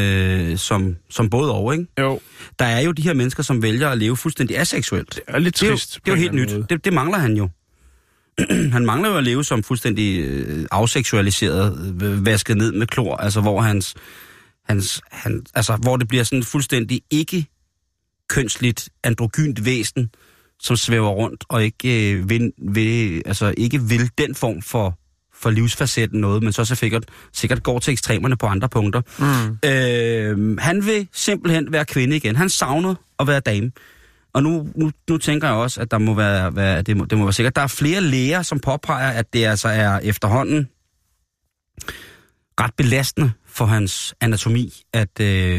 som både over, ikke? Jo. Der er jo de her mennesker, som vælger at leve fuldstændig aseksuelt. Det er lidt trist. Det er jo helt nyt. Det mangler han jo. Han mangler jo at leve som fuldstændig afseksualiseret, vasket ned med klor, altså hvor hvor det bliver sådan fuldstændig ikke kønsligt androgynt væsen, som svæver rundt og ikke vil den form for livsfacetten noget, men så sikkert går til ekstremerne på andre punkter. Mm. Han vil simpelthen være kvinde igen. Han savner at være dame. Og nu tænker jeg også, at der må være det må være sikkert. Der er flere læger, som påpeger, at det altså er efterhånden ret belastende for hans anatomi, at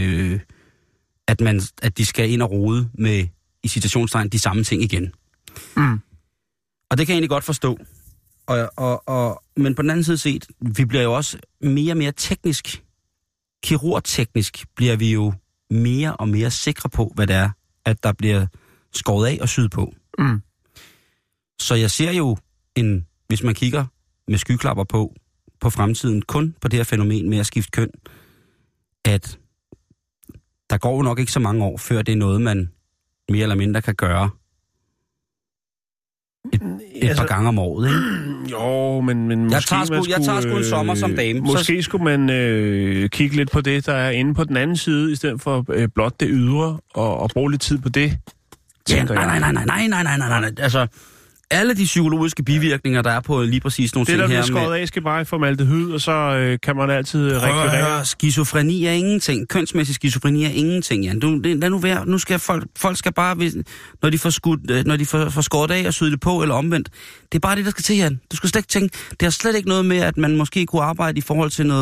de skal ind og rode med, i citationstegn, de samme ting igen. Mm. Og det kan jeg egentlig godt forstå. Men på den anden side set, vi bliver jo også mere og mere teknisk, kirurgteknisk, bliver vi jo mere og mere sikre på, hvad det er, at der bliver skåret af og syet på. Mm. Så jeg ser jo, hvis man kigger med skyklapper på fremtiden, kun på det her fænomen med at skifte køn, at der går jo nok ikke så mange år, før det er noget, man mere eller mindre kan gøre et par gange om året, ikke? Jo, men måske jeg tager sgu en sommer som dame. Måske skulle man kigge lidt på det, der er inde på den anden side, i stedet for blot det ydre, og bruge lidt tid på det. Ja, nej. Altså, alle de psykologiske bivirkninger, der er på lige præcis nogle ting her. Det, der bliver skåret af, skal bare formaldehyd, og så kan man altid rekvirere. Skizofreni er ingenting. Kønsmæssig skizofreni er ingenting, Jan. Lad nu være. Nu skal folk skal bare, når de får skåret af og syet det på, eller omvendt. Det er bare det, der skal til, Jan. Du skal slet ikke tænke. Det har slet ikke noget med, at man måske kunne arbejde i forhold til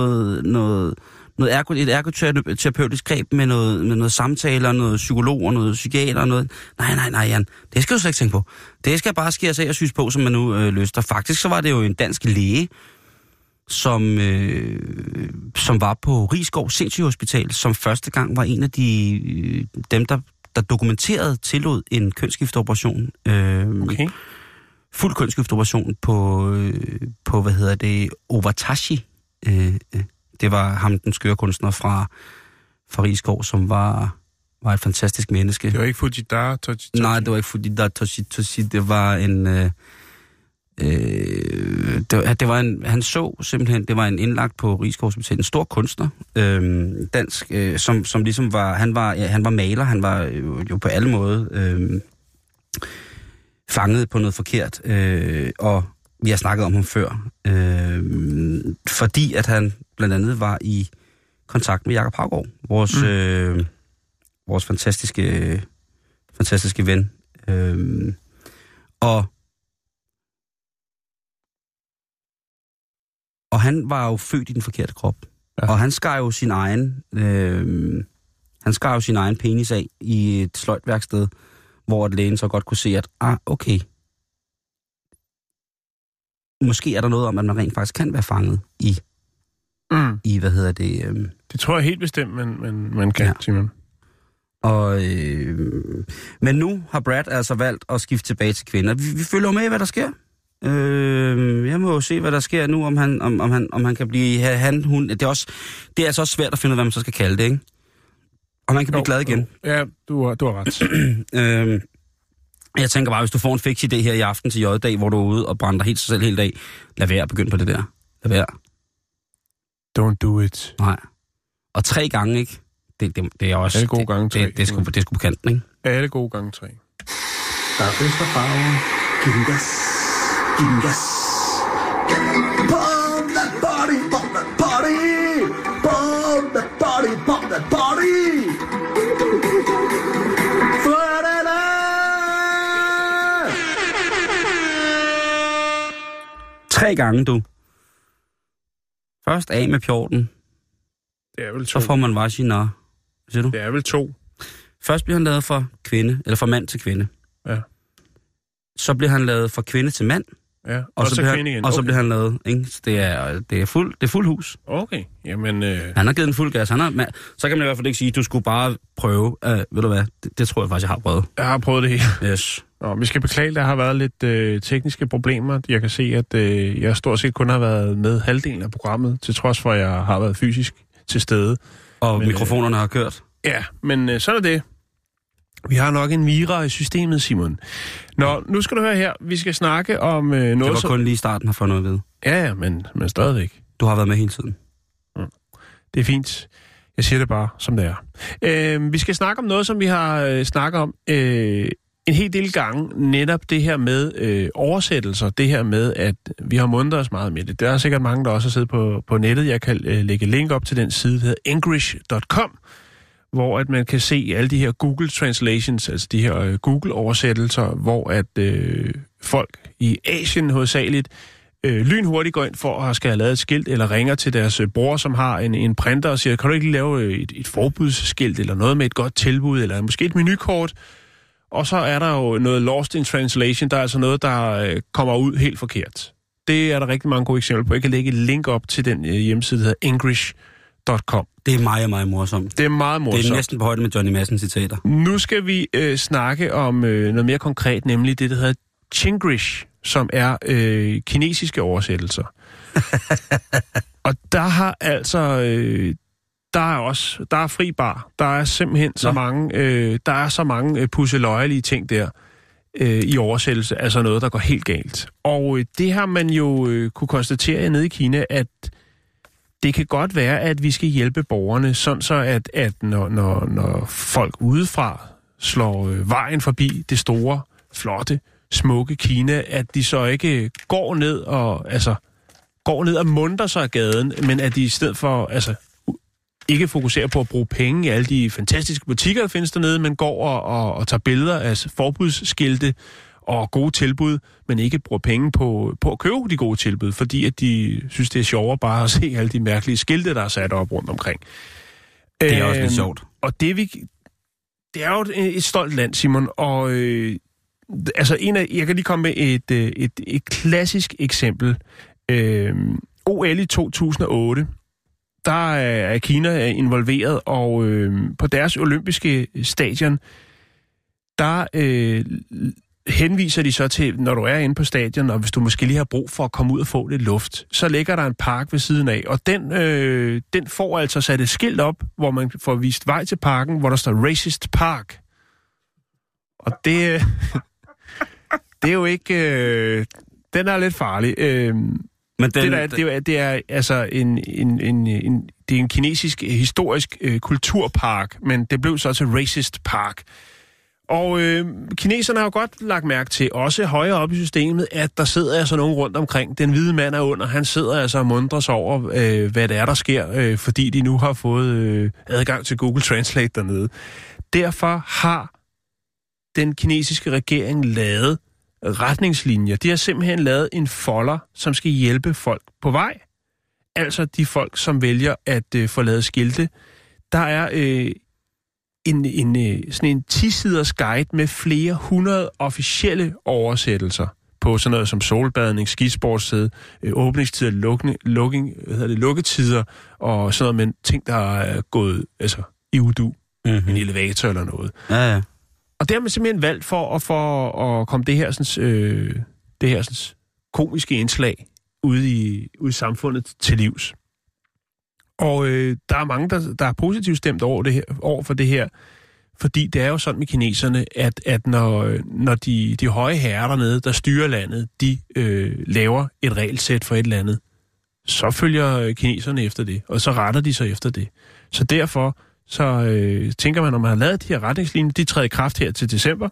et ergoterapeutisk greb med noget samtaler, noget psykolog og noget psykiater og noget. Nej, Jan. Det skal du slet ikke tænke på. Det skal bare skæres af og syes på, som man nu lyster. Faktisk så var det jo en dansk læge, som var på Risskov Sindssyge Hospital, som første gang var en af dem, der dokumenterede tillod en kønsskifteoperation. Okay. Fuld kønsskifteoperation på Owatashi. Det var ham, den skøre kunstner fra Risskov, som var et fantastisk menneske. Det var ikke Fujidara Toshi? Nej, det var ikke Fujidara Toshi. Det var han så simpelthen, det var en indlagt på Risskov Hospital, en stor kunstner, dansk, som ligesom var, han var maler, han var jo på alle måder fanget på noget forkert, og vi har snakket om ham før, fordi at han blandt andet var i kontakt med Jakob Haugaard, vores fantastiske ven. Og han var jo født i den forkerte krop. Ja. Og han skar jo sin egen penis af i et sløjtværksted, hvor lægen så godt kunne se, at okay, måske er der noget om, at man rent faktisk kan være fanget i Det tror jeg helt bestemt, man kan, ja. Simon. Men nu har Brad altså valgt at skifte tilbage til kvinder. Vi følger med, hvad der sker. Jeg må jo se, hvad der sker nu, om han kan blive hun. Det er altså også svært at finde ud af, hvad man så skal kalde det, ikke? Om han kan blive glad igen. Ja, du har ret. Jeg tænker bare, hvis du får en fix idé her i aften til J-dag, hvor du er ude og brænder helt sig selv hele dag, lad være at begynde på det der. Lad være. Don't do it. Nej. Og 3 gange, ikke? Det er også... Alle gode gange 3. Det er sgu på kanten, ikke? Alle gode gange 3. Der er fest og farve. Giv den gas. Giv den gas. Bomb that body, bomb that body. Bomb that body, bomb that body. Tre gange, du. Først af med pjorten. Det er vel 2. Så får man vagina. Siger du? Det er vel 2. Først bliver han lavet for kvinde, eller fra mand til kvinde. Ja. Så bliver han lavet fra kvinde til mand. Ja, og så kvinde igen. Og så bliver han lavet, ikke? Så det er fuld hus. Okay, jamen... Han har givet en fuld gas. Så kan man i hvert fald ikke sige, at du skulle bare prøve. Ved du hvad? Det tror jeg faktisk, jeg har prøvet. Jeg har prøvet det hele. Yes. Nå, vi skal beklage, der har været lidt tekniske problemer. Jeg kan se, at jeg stort set kun har været med halvdelen af programmet, til trods for, at jeg har været fysisk til stede. Og mikrofonerne har kørt. Ja, men sådan er det. Vi har nok en vira i systemet, Simon. Nå, nu skal du høre her. Vi skal snakke om noget, det var kun lige starten har fået noget ved. Ja, men stadigvæk. Du har været med hele tiden. Det er fint. Jeg siger det bare, som det er. Vi skal snakke om noget, som vi har snakket om en hel del gange. Netop det her med oversættelser. Det her med, at vi har mundet os meget med det. Der er sikkert mange, der også har siddet på nettet. Jeg kan lægge link op til den side, der hedder English.com, hvor at man kan se alle de her Google Translations, altså de her Google-oversættelser, hvor at folk i Asien hovedsageligt lynhurtigt går ind for at skal have lavet et skilt, eller ringer til deres bror, som har en printer, og siger, kan du ikke lige lave et forbudsskilt, eller noget med et godt tilbud, eller måske et menukort? Og så er der jo noget lost in translation, der er altså noget, der kommer ud helt forkert. Det er der rigtig mange gode eksempler på. Jeg kan lægge et link op til den hjemmeside, der hedder English.com. Det er meget, meget morsomt. Det er meget morsomt. Det er næsten på højde med Johnny Madsens citater. Nu skal vi snakke om noget mere konkret, nemlig det, der hedder Chinglish, som er kinesiske oversættelser. Og der har altså... der er fri bar. Der er simpelthen så mange pusseløjelige ting der i oversættelse, altså noget, der går helt galt. Og det har man jo kunne konstatere nede i Kina, at det kan godt være, at vi skal hjælpe borgerne, sådan så at når folk udefra slår vejen forbi det store, flotte, smukke Kina, at de så ikke går ned og munter sig af gaden, men at de i stedet for ikke fokuserer på at bruge penge i alle de fantastiske butikker, der findes dernede, men går og tager billeder af forbudsskilte og gode tilbud, men ikke bruger penge på at købe de gode tilbud, fordi at de synes, det er sjovere bare at se alle de mærkelige skilte, der er sat op rundt omkring. Det er også lidt sjovt. Og det er jo et stolt land, Simon, og jeg kan lige komme med et klassisk eksempel. OL i 2008, der er Kina involveret, og på deres olympiske stadion, der henviser de så til, når du er inde på stadion, og hvis du måske lige har brug for at komme ud og få lidt luft, så ligger der en park ved siden af, og den får altså sat et skilt op, hvor man får vist vej til parken, hvor der står Racist Park. Og det er jo ikke... den er lidt farlig. Men det er altså en kinesisk historisk kulturpark, men det blev så til Racist Park. Og kineserne har jo godt lagt mærke til, også højere op i systemet, at der sidder altså nogen rundt omkring. Den hvide mand er under, han sidder altså og mundrer sig over, hvad det er, der sker, fordi de nu har fået adgang til Google Translate dernede. Derfor har den kinesiske regering lavet retningslinjer. De har simpelthen lavet en folder, som skal hjælpe folk på vej. Altså de folk, som vælger at få lavet skilte. Der er sådan en 10-siders guide med flere 100 officielle oversættelser på sådan noget som solbadning, skisportssted, åbningstider, lukketider og sådan noget med ting, der er gået i udu, en elevator eller noget. Ja. Og det har man simpelthen valgt for at komme det her komiske indslag ude i samfundet til livs. Og der er mange, der er positivt stemt over for det her, fordi det er jo sådan med kineserne, at når de høje herrer dernede, der styrer landet, de laver et regelsæt for et eller andet, så følger kineserne efter det, og så retter de sig efter det. Så derfor så tænker man, når man har lavet de her retningslinjer, de træder i kraft her til december,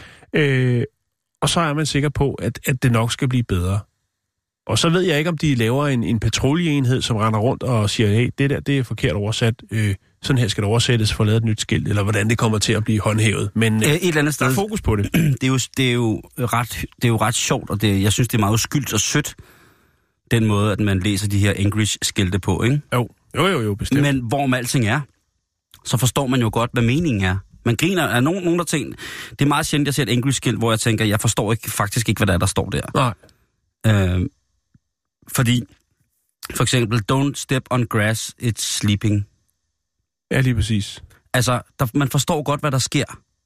og så er man sikker på, at det nok skal blive bedre. Og så ved jeg ikke, om de laver en patruljeenhed, som render rundt og siger, hey, det er forkert oversat, sådan her skal det oversættes for at lave et nyt skilt, eller hvordan det kommer til at blive håndhævet. Men et eller andet sted, der er fokus på det. Det er jo ret sjovt, og jeg synes, det er meget uskyldt og sødt, den måde, at man læser de her English-skilte på, ikke? Jo, bestemt. Men hvorom alting er, så forstår man jo godt, hvad meningen er. Man griner af nogen der ting. Det er meget sjældent, jeg ser et English-skilt, hvor jeg tænker, jeg forstår faktisk ikke, hvad der står der. Nej. Fordi, for eksempel, don't step on grass, it's sleeping. Ja, lige præcis. Altså, man forstår godt, hvad der sker,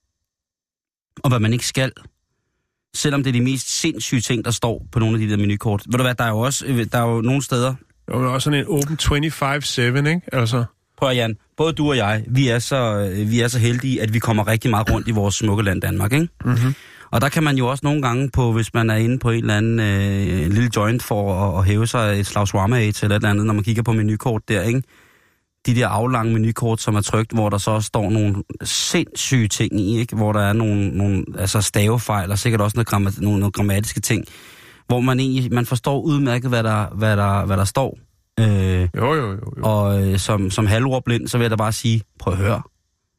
og hvad man ikke skal. Selvom det er de mest sindssyge ting, der står på nogle af de der menukort. Ved du hvad, der er jo nogle steder... Der er også sådan en open 25/7, ikke? Altså... Prøv at, Jan, både du og jeg, vi er så heldige, at vi kommer rigtig meget rundt i vores smukke land Danmark, ikke? Mm-hmm. Og der kan man jo også nogle gange hvis man er inde på en eller anden lille joint for at hæve sig et slags warm-aids eller et eller andet, når man kigger på menukort der, ikke? De der aflange menukort, som er trykt, hvor der så står nogle sindssyge ting i, ikke? Hvor der er nogle stavefejl og sikkert også nogle grammatiske ting, hvor man forstår udmærket, hvad der står. Jo. Og som halvordblind, så vil jeg da bare sige, prøv at høre.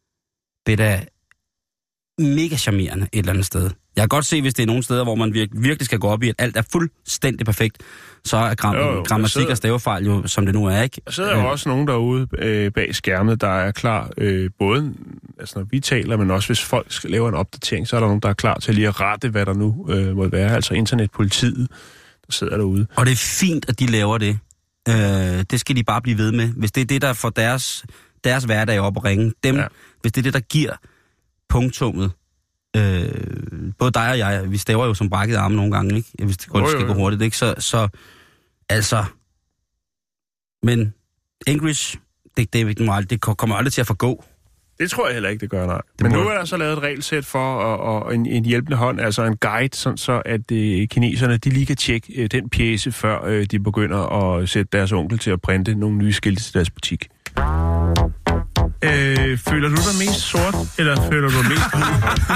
Det er da mega charmerende et eller andet sted. Jeg kan godt se, hvis det er nogle steder, hvor man virkelig skal gå op i, at alt er fuldstændig perfekt, så er grammatik og stavefejl jo, som det nu er, ikke? Og så er der jo også nogen derude bag skærmet, der er klar, både altså, når vi taler, men også hvis folk laver en opdatering, så er der nogen, der er klar til lige at rette, hvad der nu må være. Altså internetpolitiet, der sidder derude. Og det er fint, at de laver det. Det skal de bare blive ved med. Hvis det er det, der får deres hverdag op at ringe, hvis det er det, der giver punktummet, både dig og jeg, vi staver jo som brækket arme nogle gange, ikke? Hvis det skal gå hurtigt, ikke? Så altså, men English, det kommer aldrig til at forgå. Det tror jeg heller ikke, det gør, nej. Men nu er der så lavet et regelsæt for og en hjælpende hånd, altså en guide, sådan så at kineserne, de lige kan tjekke den pjece, før de begynder at sætte deres onkel til at printe nogle nye skilte til deres butik. Føler du dig mest sort, eller føler du dig mest hvid?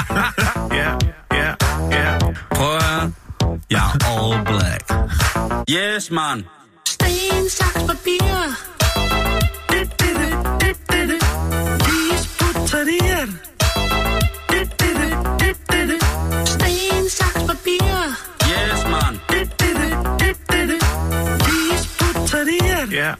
Ja. Prøv at jeg er all black. Yes, man. Sten, saks, papir. Disputerier. Sten, saks, papir. Yes, man. Disputerier. Ja.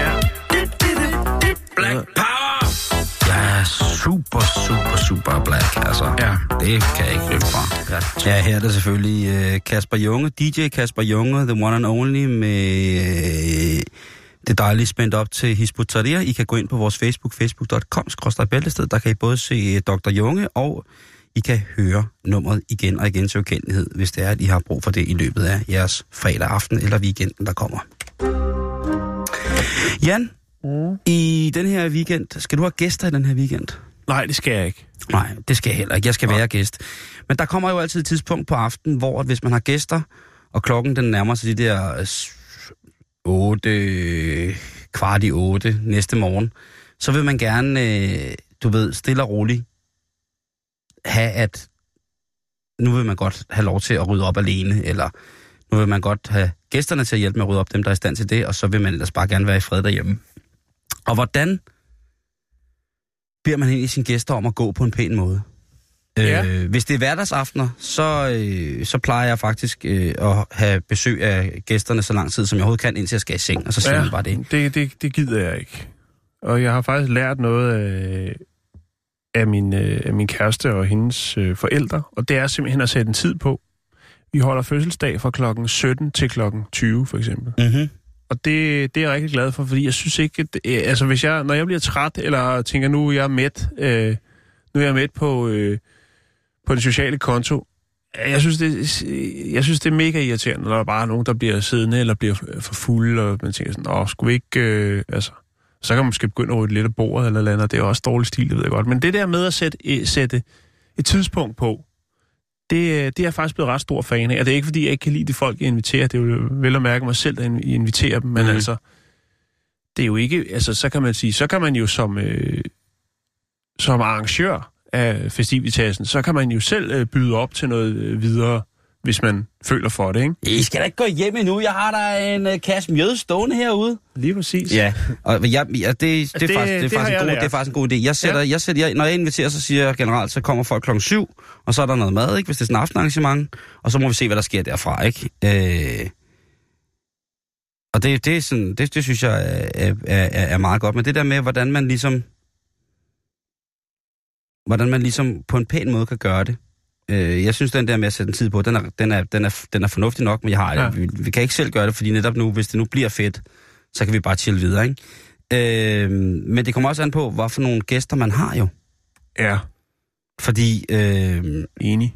Black power! Jeg er super black, altså. Ja. Det kan jeg ikke løbe fra. Ja, her er det selvfølgelig Kasper Junge, DJ Kasper Junge, the one and only, med det dejlige spændt op til Hizb ut-Tahrir. I kan gå ind på vores Facebook, facebook.com/bæltested. Der kan I både se Dr. Junge, og I kan høre nummeret igen og igen til ukendelighed, hvis det er, at I har brug for det i løbet af jeres fredag aften eller weekenden, der kommer. Jan, i den her weekend, skal du have gæster i den her weekend? Nej, det skal jeg ikke. Nej, det skal jeg heller ikke. Jeg skal være gæst. Men der kommer jo altid et tidspunkt på aftenen, hvor hvis man har gæster, og klokken den nærmer sig de der 8:15 næste morgen, så vil man gerne, stille og roligt have, at nu vil man godt have lov til at rydde op alene, eller nu vil man godt have gæsterne til at hjælpe med at rydde op, dem der er i stand til det, og så vil man ellers bare gerne være i fred derhjemme. Og hvordan beder man egentlig sine gæster om at gå på en pæn måde? Ja. Hvis det er hverdagsaftener, så plejer jeg faktisk at have besøg af gæsterne så lang tid, som jeg overhovedet kan, indtil jeg skal i seng, og så siger man bare det. Det gider jeg ikke. Og jeg har faktisk lært noget af min kæreste og hendes forældre, og det er simpelthen at sætte en tid på. Vi holder fødselsdag fra klokken 17 til klokken 20, for eksempel. Mm-hmm. Og det er jeg rigtig glad for, fordi jeg synes ikke, at, når jeg bliver træt, eller tænker, nu er jeg mæt på det sociale konto, jeg synes, det er mega irriterende, når der er bare nogen, der bliver siddende, eller bliver for fulde, og man tænker sådan, skulle vi ikke, så kan man måske begynde at rydde lidt af bordet, eller andet, det er også dårlig stil, det ved jeg godt. Men det der med at sætte et tidspunkt på, det er jeg faktisk blevet ret stor fan af. Og det er ikke, fordi jeg ikke kan lide de folk, jeg inviterer. Det er jo vel at mærke mig selv, at jeg inviterer dem. Men altså, det er jo ikke... Altså, så kan man sige, så kan man jo som arrangør af festivitasen, så kan man jo selv byde op til noget videre, hvis man føler for det, ikke? I skal da ikke gå hjem endnu. Jeg har da en kasse mjød stående herude. Lige præcis. Ja, og det er faktisk en god idé. Når jeg inviterer, så siger jeg generelt, så kommer folk 7:00, og så er der noget mad, ikke? Hvis det er sådan en aftenarrangement, og så må vi se, hvad der sker derfra, ikke? Og det synes jeg er meget godt. Men det der med, hvordan man ligesom på en pæn måde kan gøre det. Jeg synes, den der med at sætte en tid på, den er fornuftig nok, men vi kan ikke selv gøre det, fordi netop nu, hvis det nu bliver fedt, så kan vi bare chille videre, ikke? Men det kommer også an på, hvad for nogle gæster man har jo. Ja. Fordi... Enig.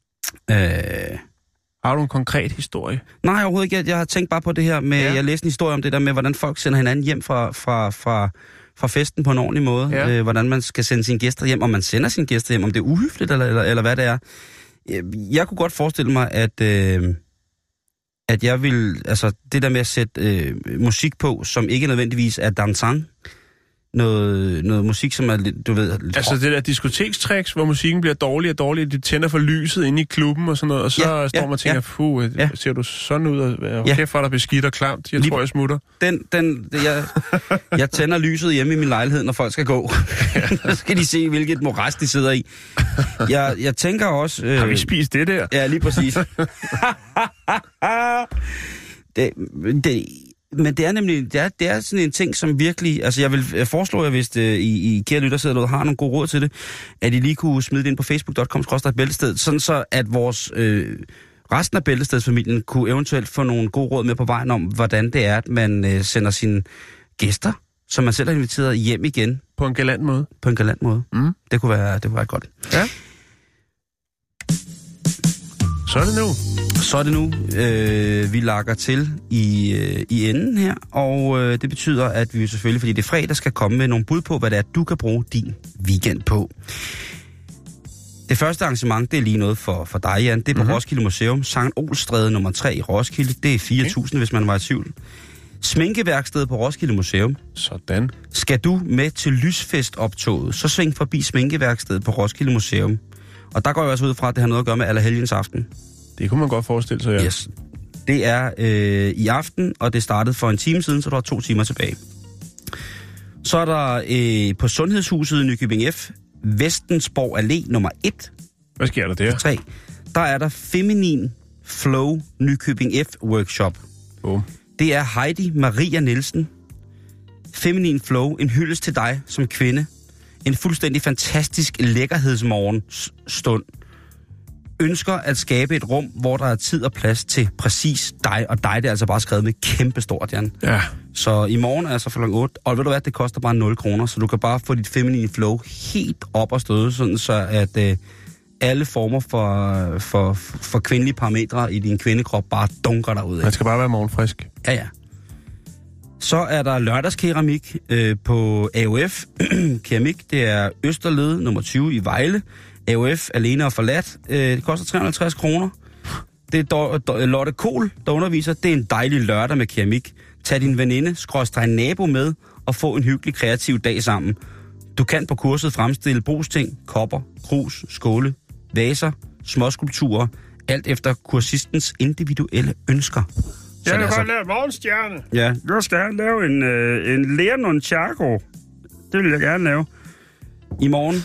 Har du en konkret historie? Nej, overhovedet ikke. Jeg har tænkt bare på det her med... Ja. Jeg læste en historie om det der med, hvordan folk sender hinanden hjem fra festen på en ordentlig måde. Ja. Hvordan man skal sende sine gæster hjem, om man sender sine gæster hjem, om det er uhøfligt eller hvad det er. Jeg kunne godt forestille mig, at jeg vil... Altså, det der med at sætte musik på, som ikke nødvendigvis er dansant, noget musik, som er lidt, du ved... Lidt Altså det der diskotekstricks, hvor musikken bliver dårligere og dårligere, de tænder for lyset inde i klubben og sådan noget, og så står man og tænker, ser du sådan ud, og kæft for dig beskidt og klamt, jeg tror, jeg smutter. Jeg tænder lyset hjemme i min lejlighed, når folk skal gå. Så skal de se, hvilket moras de sidder i. Jeg tænker også... Har vi spist det der? Ja, lige præcis. Men det er nemlig, det er sådan en ting, som virkelig, altså jeg vil foreslå jer, hvis I kære lytter sidder derude, har nogle gode råd til det, at I lige kunne smide det ind på facebook.com/bæltested, sådan så at vores resten af Bæltestedsfamilien kunne eventuelt få nogle gode råd med på vejen om, hvordan det er, at man sender sine gæster, som man selv har inviteret, hjem igen. På en galant måde. På en galant måde. Mm. Det kunne være godt. Ja. Så er det nu. Så er det nu, vi lakker til i enden her, og det betyder, at vi selvfølgelig, fordi det er fredag, skal komme med nogle bud på, hvad det er, du kan bruge din weekend på. Det første arrangement, det er lige noget for dig, Jan. Det er på Roskilde Museum, Sankt Olstræde nummer 3 i Roskilde. Det er 4.000, hvis man var i tvivl. Sminkeværkstedet på Roskilde Museum. Sådan. Skal du med til lysfestoptoget, så sving forbi Sminkeværkstedet på Roskilde Museum. Og der går jeg også ud fra, at det har noget at gøre med Allerhelgens aften. Det kunne man godt forestille sig, ja. Yes. Det er i aften, og det startede for en time siden, så der er 2 timer tilbage. Så er der på Sundhedshuset i Nykøbing F, Vestensborg Allé nummer 1. Hvad sker der der? 3. Der er der Feminin Flow Nykøbing F workshop. Det er Heidi Maria Nielsen. Feminin Flow, en hyldest til dig som kvinde. En fuldstændig fantastisk lækkerhedsmorgenstund. Ønsker at skabe et rum, hvor der er tid og plads til præcis dig. Og dig, det er altså bare skrevet med kæmpestort, Jan. Ja. Så i morgen er altså for kl. 8. Og ved du hvad, det koster bare 0 kroner. Så du kan bare få dit feminine flow helt op og støde, sådan så at alle former for kvindelige parametre i din kvindekrop bare dunker derud. Man skal bare være morgenfrisk. Ja. Så er der lørdagskeramik på AOF. Keramik, det er Østerlede nummer 20 i Vejle. AOF, alene og forladt. Det koster 350 kroner. Det er Lotte Kohl, der underviser. Det er en dejlig lørdag med keramik. Tag din veninde, /nabo med, og få en hyggelig kreativ dag sammen. Du kan på kurset fremstille brugsting, kopper, krus, skåle, vaser, småskulpturer, alt efter kursistens individuelle ønsker. Jeg vil godt lave morgenstjerne. Ja, jeg skal gerne lave en Leon Chaco. Det vil jeg gerne lave. I morgen,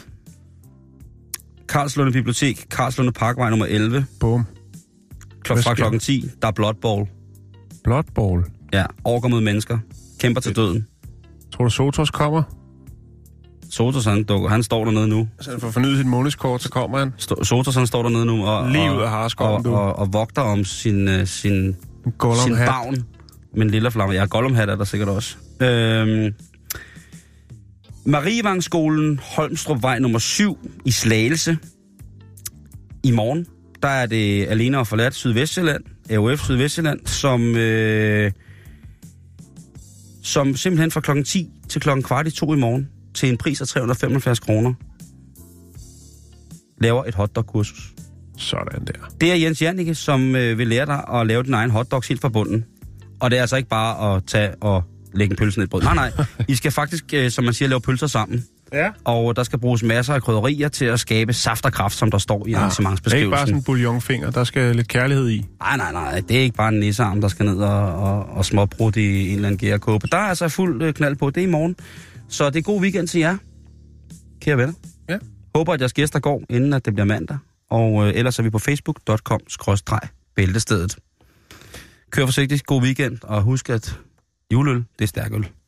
Karlslunde Bibliotek, Karlslunde Parkvej nummer 11. Bum. Fra klokken 10, der er Blood Bowl. Blood Bowl? Ja, orker mod mennesker. Kæmper til døden. Tror du, Sotos kommer? Sotos, han står dernede nu. Altså, han får fornyet sit månedskort, så kommer han. Sotos, han står dernede nu lige ud af harskoven, og vogter om sin bagn med en lille flamme. Ja, Gollum-hat er der sikkert også. Marievangsskolen, Holmstrupvej nummer 7 i Slagelse. I morgen, der er det alene og forladt Sydvestjylland, AOF Sydvestjylland, som simpelthen fra klokken 10 til klokken 1:15 i morgen, til en pris af 375 kroner, laver et hotdog-kursus. Sådan der. Det er Jens Jernike, som vil lære dig at lave din egen hotdogs helt fra bunden. Og det er altså ikke bare at tage og lægge en pølse ned i brød. Nej. I skal faktisk, som man siger, lave pølser sammen. Ja. Og der skal bruges masser af krydderier til at skabe saft og kraft, som der står i arrangementsbeskrivelsen. Det er ikke bare sådan en bouillonfinger, der skal lidt kærlighed i. Nej. Det er ikke bare en nissearm, der skal ned og småbrudt i en eller anden gærekåbe. Der er altså fuld knald på. Det er i morgen. Så det er god weekend til jer, kære venner. Ja. Håber, at jeres gæster går, inden at det bliver mandag. Og ellers er vi på facebook.com/bæltestedet. Kør forsigtigt, god weekend, og husk, at juleøl, det er stærkøl.